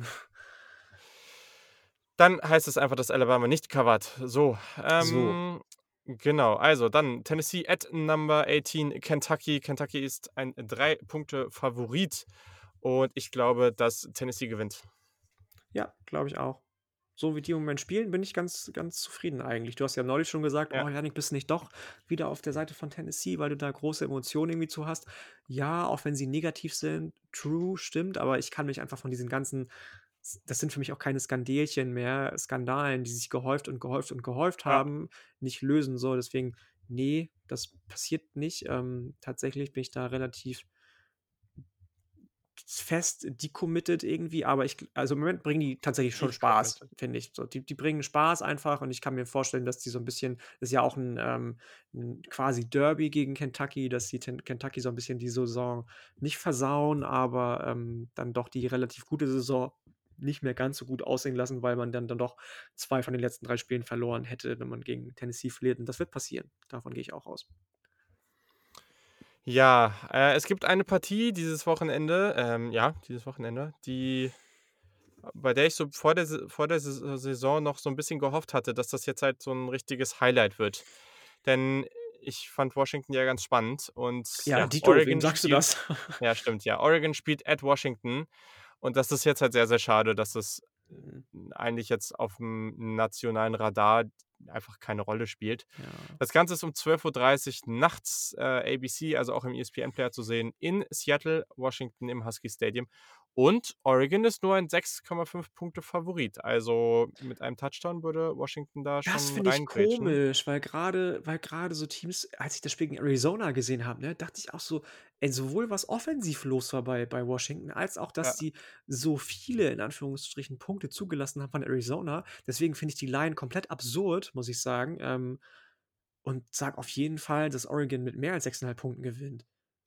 Dann heißt es einfach, dass Alabama nicht covert. So, So. ähm, genau. Also, dann Tennessee at Number achtzehn Kentucky. Kentucky ist ein drei Punkte Favorit und ich glaube, dass Tennessee gewinnt. Ja, glaube ich auch. So wie die im Moment spielen, bin ich ganz ganz zufrieden eigentlich. Du hast ja neulich schon gesagt: Ja. „Oh, Jannik, bist du nicht doch wieder auf der Seite von Tennessee, weil du da große Emotionen irgendwie zu hast?“ Ja, auch wenn sie negativ sind, true, stimmt, aber ich kann mich einfach von diesen ganzen s das sind für mich auch keine Skandelchen mehr, Skandalen, die sich gehäuft und gehäuft und gehäuft Ja. haben, nicht lösen so. Deswegen, ne, das passiert nicht. Ähm, tatsächlich bin ich da relativ fest decommitted irgendwie, aber ich gl also, im Moment bringen die tatsächlich schon Spaß, Decommitted. finde ich so. Die die bringen Spaß einfach und ich kann mir vorstellen, dass die so 'n bisschen ist ja auch 'n, ähm 'n quasi Derby gegen Kentucky, dass die Ten Kentucky so 'n bisschen die Saison nicht versauen, aber, ähm, dann doch die relativ gute Saison nicht mehr ganz so gut aussehen lassen, weil man dann dann doch zwei von den letzten drei Spielen verloren hätte, wenn man gegen Tennessee verliert und das wird passieren. Davon gehe ich auch aus. Ja, äh, es gibt eine Partie dieses Wochenende ähm, ja, dieses Wochenende, die bei der ich so vor der Sa vor der Sais Saison noch so 'n bisschen gehofft hatte, dass das jetzt halt so 'n richtiges Highlight wird. Denn ich fand Washington ja ganz spannend und Ja, ja, dito, wem Oregon sagst du spielt das? ja, stimmt, ja. Oregon spielt at Washington und das ist jetzt halt sehr, sehr schade, dass das Mhm. eigentlich jetzt aufm nationalen Radar einfach keine Rolle spielt. Ja. Das Ganze ist um zwölf Uhr dreißig nachts, äh, A B C, also auch im E S P N-Player zu sehen in Seattle, Washington im Husky Stadium. Und Oregon ist nur ein sechs Komma fünf Punkte Favorit. Also, mit einem Touchdown würde Washington da Das schon finde ich reingrätschen. komisch, weil grade weil grade so Teams als ich das Spiel gegen Arizona gesehen habe, ne, dachte ich auch so, ey, sowohl was offensiv los war bei bei Washington, als auch, dass Ja. sie so viele in Anführungsstrichen Punkte zugelassen haben von Arizona. Deswegen finde ich die Line komplett absurd, muss ich sagen, ähm, und sage auf jeden Fall, dass Oregon mit mehr als sechs Komma fünf Punkten gewinnt.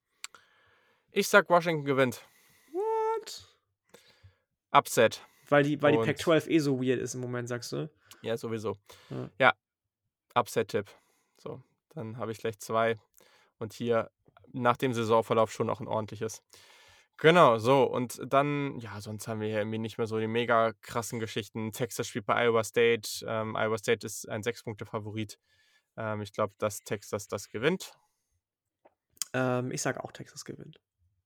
Ich sage, Washington gewinnt. What? Upset. Weil die weil die Pac Und zwölf eh so weird ist im Moment, sagst du? Ja, sowieso. Ja. Ja, Upset-Tipp. So, dann habe ich gleich zwei und hier nach dem Saisonverlauf schon auch 'n ordentliches. Genau, so und dann ja, sonst haben wir hier irgendwie nicht mehr so die mega krassen Geschichten. Texas spielt bei Iowa State. Ähm, Iowa State ist ein sechs Punkte Favorit. Ähm, ich glaube, dass Texas das gewinnt. Ähm, ich sage auch, Texas gewinnt.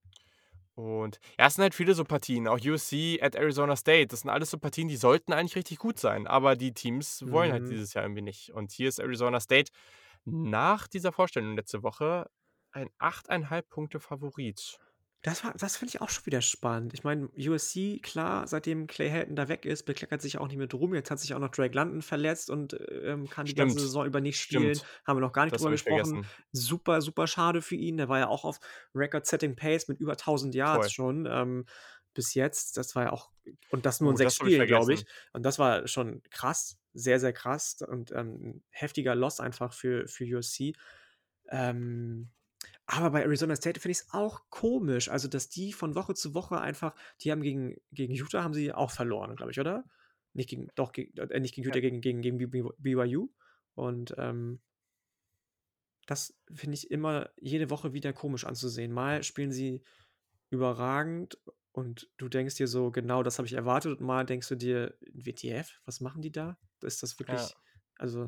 Und ja, es sind halt viele so Partien, auch U S C at Arizona State. Das sind alles so Partien, die sollten eigentlich richtig gut sein, aber die Teams wollen halt Mhm. dieses Jahr irgendwie nicht. Und hier ist Arizona State nach dieser Vorstellung letzte Woche ein acht Komma fünf Punkte Favorit. Das war das finde ich auch schon wieder spannend. Ich meine, U S C, klar, seitdem Clay Helton da weg ist, bekleckert sich auch nicht mehr drum. Jetzt hat sich auch noch Drake London verletzt und, ähm, kann die ganze Stimmt, Saison über nicht spielen. stimmt. Haben wir noch gar nicht Das drüber habe ich gesprochen. vergessen. Super, super schade für ihn. Der war ja auch auf Record-Setting Pace mit über tausend Yards Voll. schon, ähm, bis jetzt. Das war ja auch und das nur in Oh, sechs das habe ich Spielen, glaube vergessen. ich. Und das war schon krass, sehr, sehr krass und, ähm, heftiger Loss einfach für für U S C. Ähm, Aber bei Arizona State finde ich's auch komisch, also, dass die von Woche zu Woche einfach die haben gegen gegen Utah haben sie auch verloren, glaube ich, oder? Nicht gegen doch, geg äh, nicht gegen Ja. Utah, gegen gegen gegen B B B Y U und, ähm das finde ich immer jede Woche wieder komisch anzusehen. Mal spielen sie überragend und du denkst dir so: „Genau das habe ich erwartet“, und mal denkst du dir: „W T F, was machen die da?“ Ist das Ja. wirklich also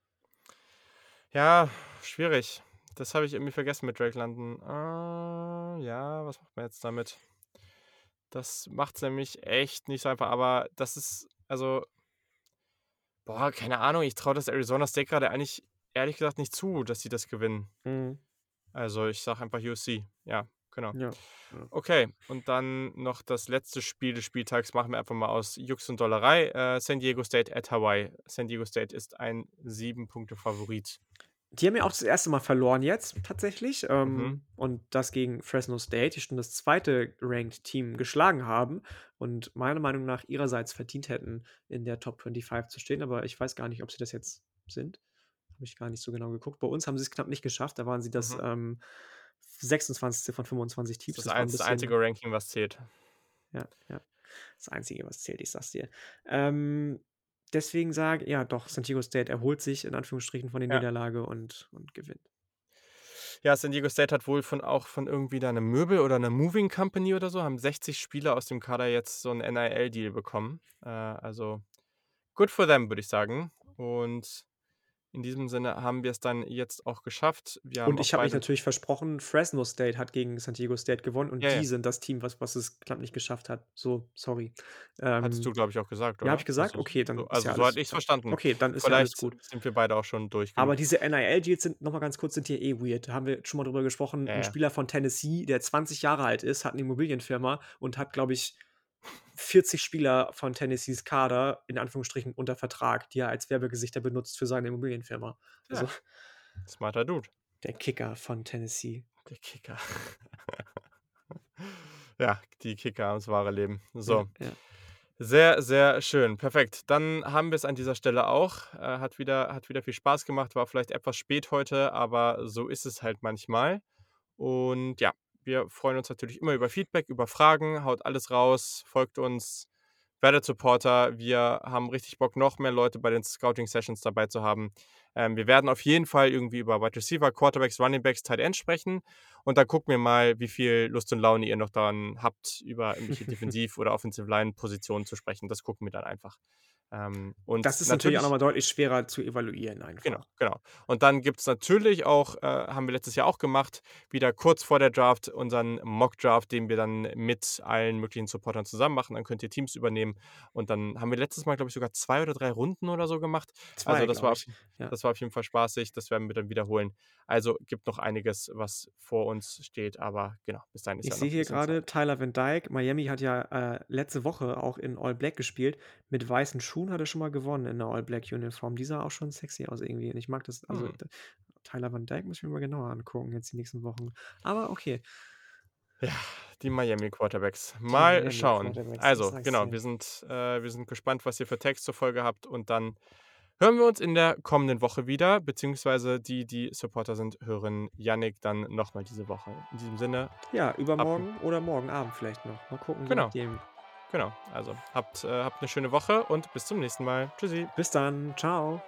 Ja, schwierig. Das habe ich irgendwie vergessen mit Drake London. Äh, ja, was macht man jetzt damit? Das macht's nämlich echt nicht so einfach, aber das ist also boah, keine Ahnung, ich traue das Arizona State grade eigentlich ehrlich gesagt nicht zu, dass sie das gewinnen. Mhm. Also, ich sage einfach U S C. Ja, genau. Ja, ja. Okay, und dann noch das letzte Spiel des Spieltags machen wir einfach mal aus Jux und Dollerei. Äh, San Diego State at Hawaii. San Diego State ist ein sieben Punkte Favorit. Die haben ja auch das erste Mal verloren jetzt tatsächlich, Mhm. ähm, und das gegen Fresno State, die schon das zweite Ranked Team geschlagen haben und meiner Meinung nach ihrerseits verdient hätten, in der Top fünfundzwanzig zu stehen, aber ich weiß gar nicht, ob sie das jetzt sind. Habe ich gar nicht so genau geguckt. Bei uns haben sie's knapp nicht geschafft, da waren sie das, Mhm. ähm, sechsundzwanzigste von fünfundzwanzig Das Teams. ist Das war 'n eins das bisschen einzige Ranking, was zählt. Ja, ja. Das Einzige, was zählt, ich sage es dir. Ähm, deswegen sage ja doch, San Diego State erholt sich in Anführungsstrichen von der Ja. Niederlage und und gewinnt. Ja, San Diego State hat wohl von auch von irgendwie da 'nem Möbel oder 'ner Moving Company oder so haben sechzig Spieler aus dem Kader jetzt so 'n N I L-Deal bekommen. Äh, also good for them, würde ich sagen. Und in diesem Sinne haben wir's dann jetzt auch geschafft. Wir haben Und auch ich habe mich beide natürlich versprochen, Fresno State hat gegen San Diego State gewonnen und Ja, die ja. sind das Team, was was es knapp nicht geschafft hat. So, sorry. Hattest du, Ähm, glaube ich, auch gesagt, ja, habe oder? ich gesagt? Also Okay, so dann ist also ja so hatte alles ich's dann verstanden. okay, dann ist ja alles Vielleicht gut. sind wir beide auch schon durch Aber genug. diese N I L-Deals sind noch mal ganz kurz, sind ja eh weird. Da haben wir schon mal drüber gesprochen. Ja, 'N ja. Spieler von Tennessee, der zwanzig Jahre alt ist, hat 'ne Immobilienfirma und hat, glaube ich, vierzig Spieler von Tennessees Kader in Anführungsstrichen unter Vertrag, die er als Werbegesichter benutzt für seine Immobilienfirma. Also Ja, smarter Dude. der Kicker von Tennessee. Der Kicker. Ja, die Kicker haben's wahre Leben. Ja, So. ja. Sehr, sehr schön. Perfekt. Dann haben wir's an dieser Stelle auch. Äh, hat wieder hat wieder viel Spaß gemacht, war vielleicht etwas spät heute, aber so ist es halt manchmal. Und ja, wir freuen uns natürlich immer über Feedback, über Fragen. Haut alles raus, folgt uns, werdet Supporter. Wir haben richtig Bock, noch mehr Leute bei den Scouting-Sessions dabei zu haben. Ähm, wir werden auf jeden Fall irgendwie über Wide Receiver, Quarterbacks, Running Backs, Tight Ends sprechen. Und dann gucken wir mal, wie viel Lust und Laune ihr noch daran habt, über irgendwelche Defensiv oder Offensive-Line-Positionen zu sprechen. Das gucken wir dann einfach. Ähm, und Das ist natürlich auch noch natürlich mal deutlich schwerer zu evaluieren Genau, einfach. genau. Und dann gibt's natürlich auch äh, haben wir letztes Jahr auch gemacht, wieder kurz vor der Draft unseren Mock-Draft, den wir dann mit allen möglichen Supportern zusammen machen. Dann könnt ihr Teams übernehmen. Und dann haben wir letztes Mal, glaube ich, sogar zwei oder drei Runden oder so gemacht. Also, zwei, das war glaube auf ich, ja. das war auf jeden Fall spaßig. Das werden wir dann wiederholen. Also, gibt noch einiges, was vor uns steht, aber genau, bis dahin ist Ich ja sehe noch 'n hier bisschen Zeit. grade Tyler Van Dyke. Miami hat ja, äh, letzte Woche auch in All Black gespielt. Mit weißen Schuhen hat er schon mal gewonnen in 'ner All Black Uniform. Die sah auch schon sexy aus irgendwie und ich mag das also, Hm. d Tyler Van Dyke muss ich mir mal genauer angucken jetzt die nächsten Wochen. Aber okay. Ja, die Miami Quarterbacks. Die Mal Miami schauen. Quarterbacks, das Also, sage ich genau, dir. wir sind äh, wir sind gespannt, was ihr für Takes zur Folge habt und dann hören wir uns in der kommenden Woche wieder, beziehungsweise die, die Supporter sind, hören Yannick dann noch mal diese Woche. In diesem Sinne, Ja, habt 'n übermorgen oder morgen Abend vielleicht noch. Mal gucken, je Genau. nachdem. Genau. Also, habt äh, habt 'ne schöne Woche und bis zum nächsten Mal. Tschüssi. Bis dann. Tschau.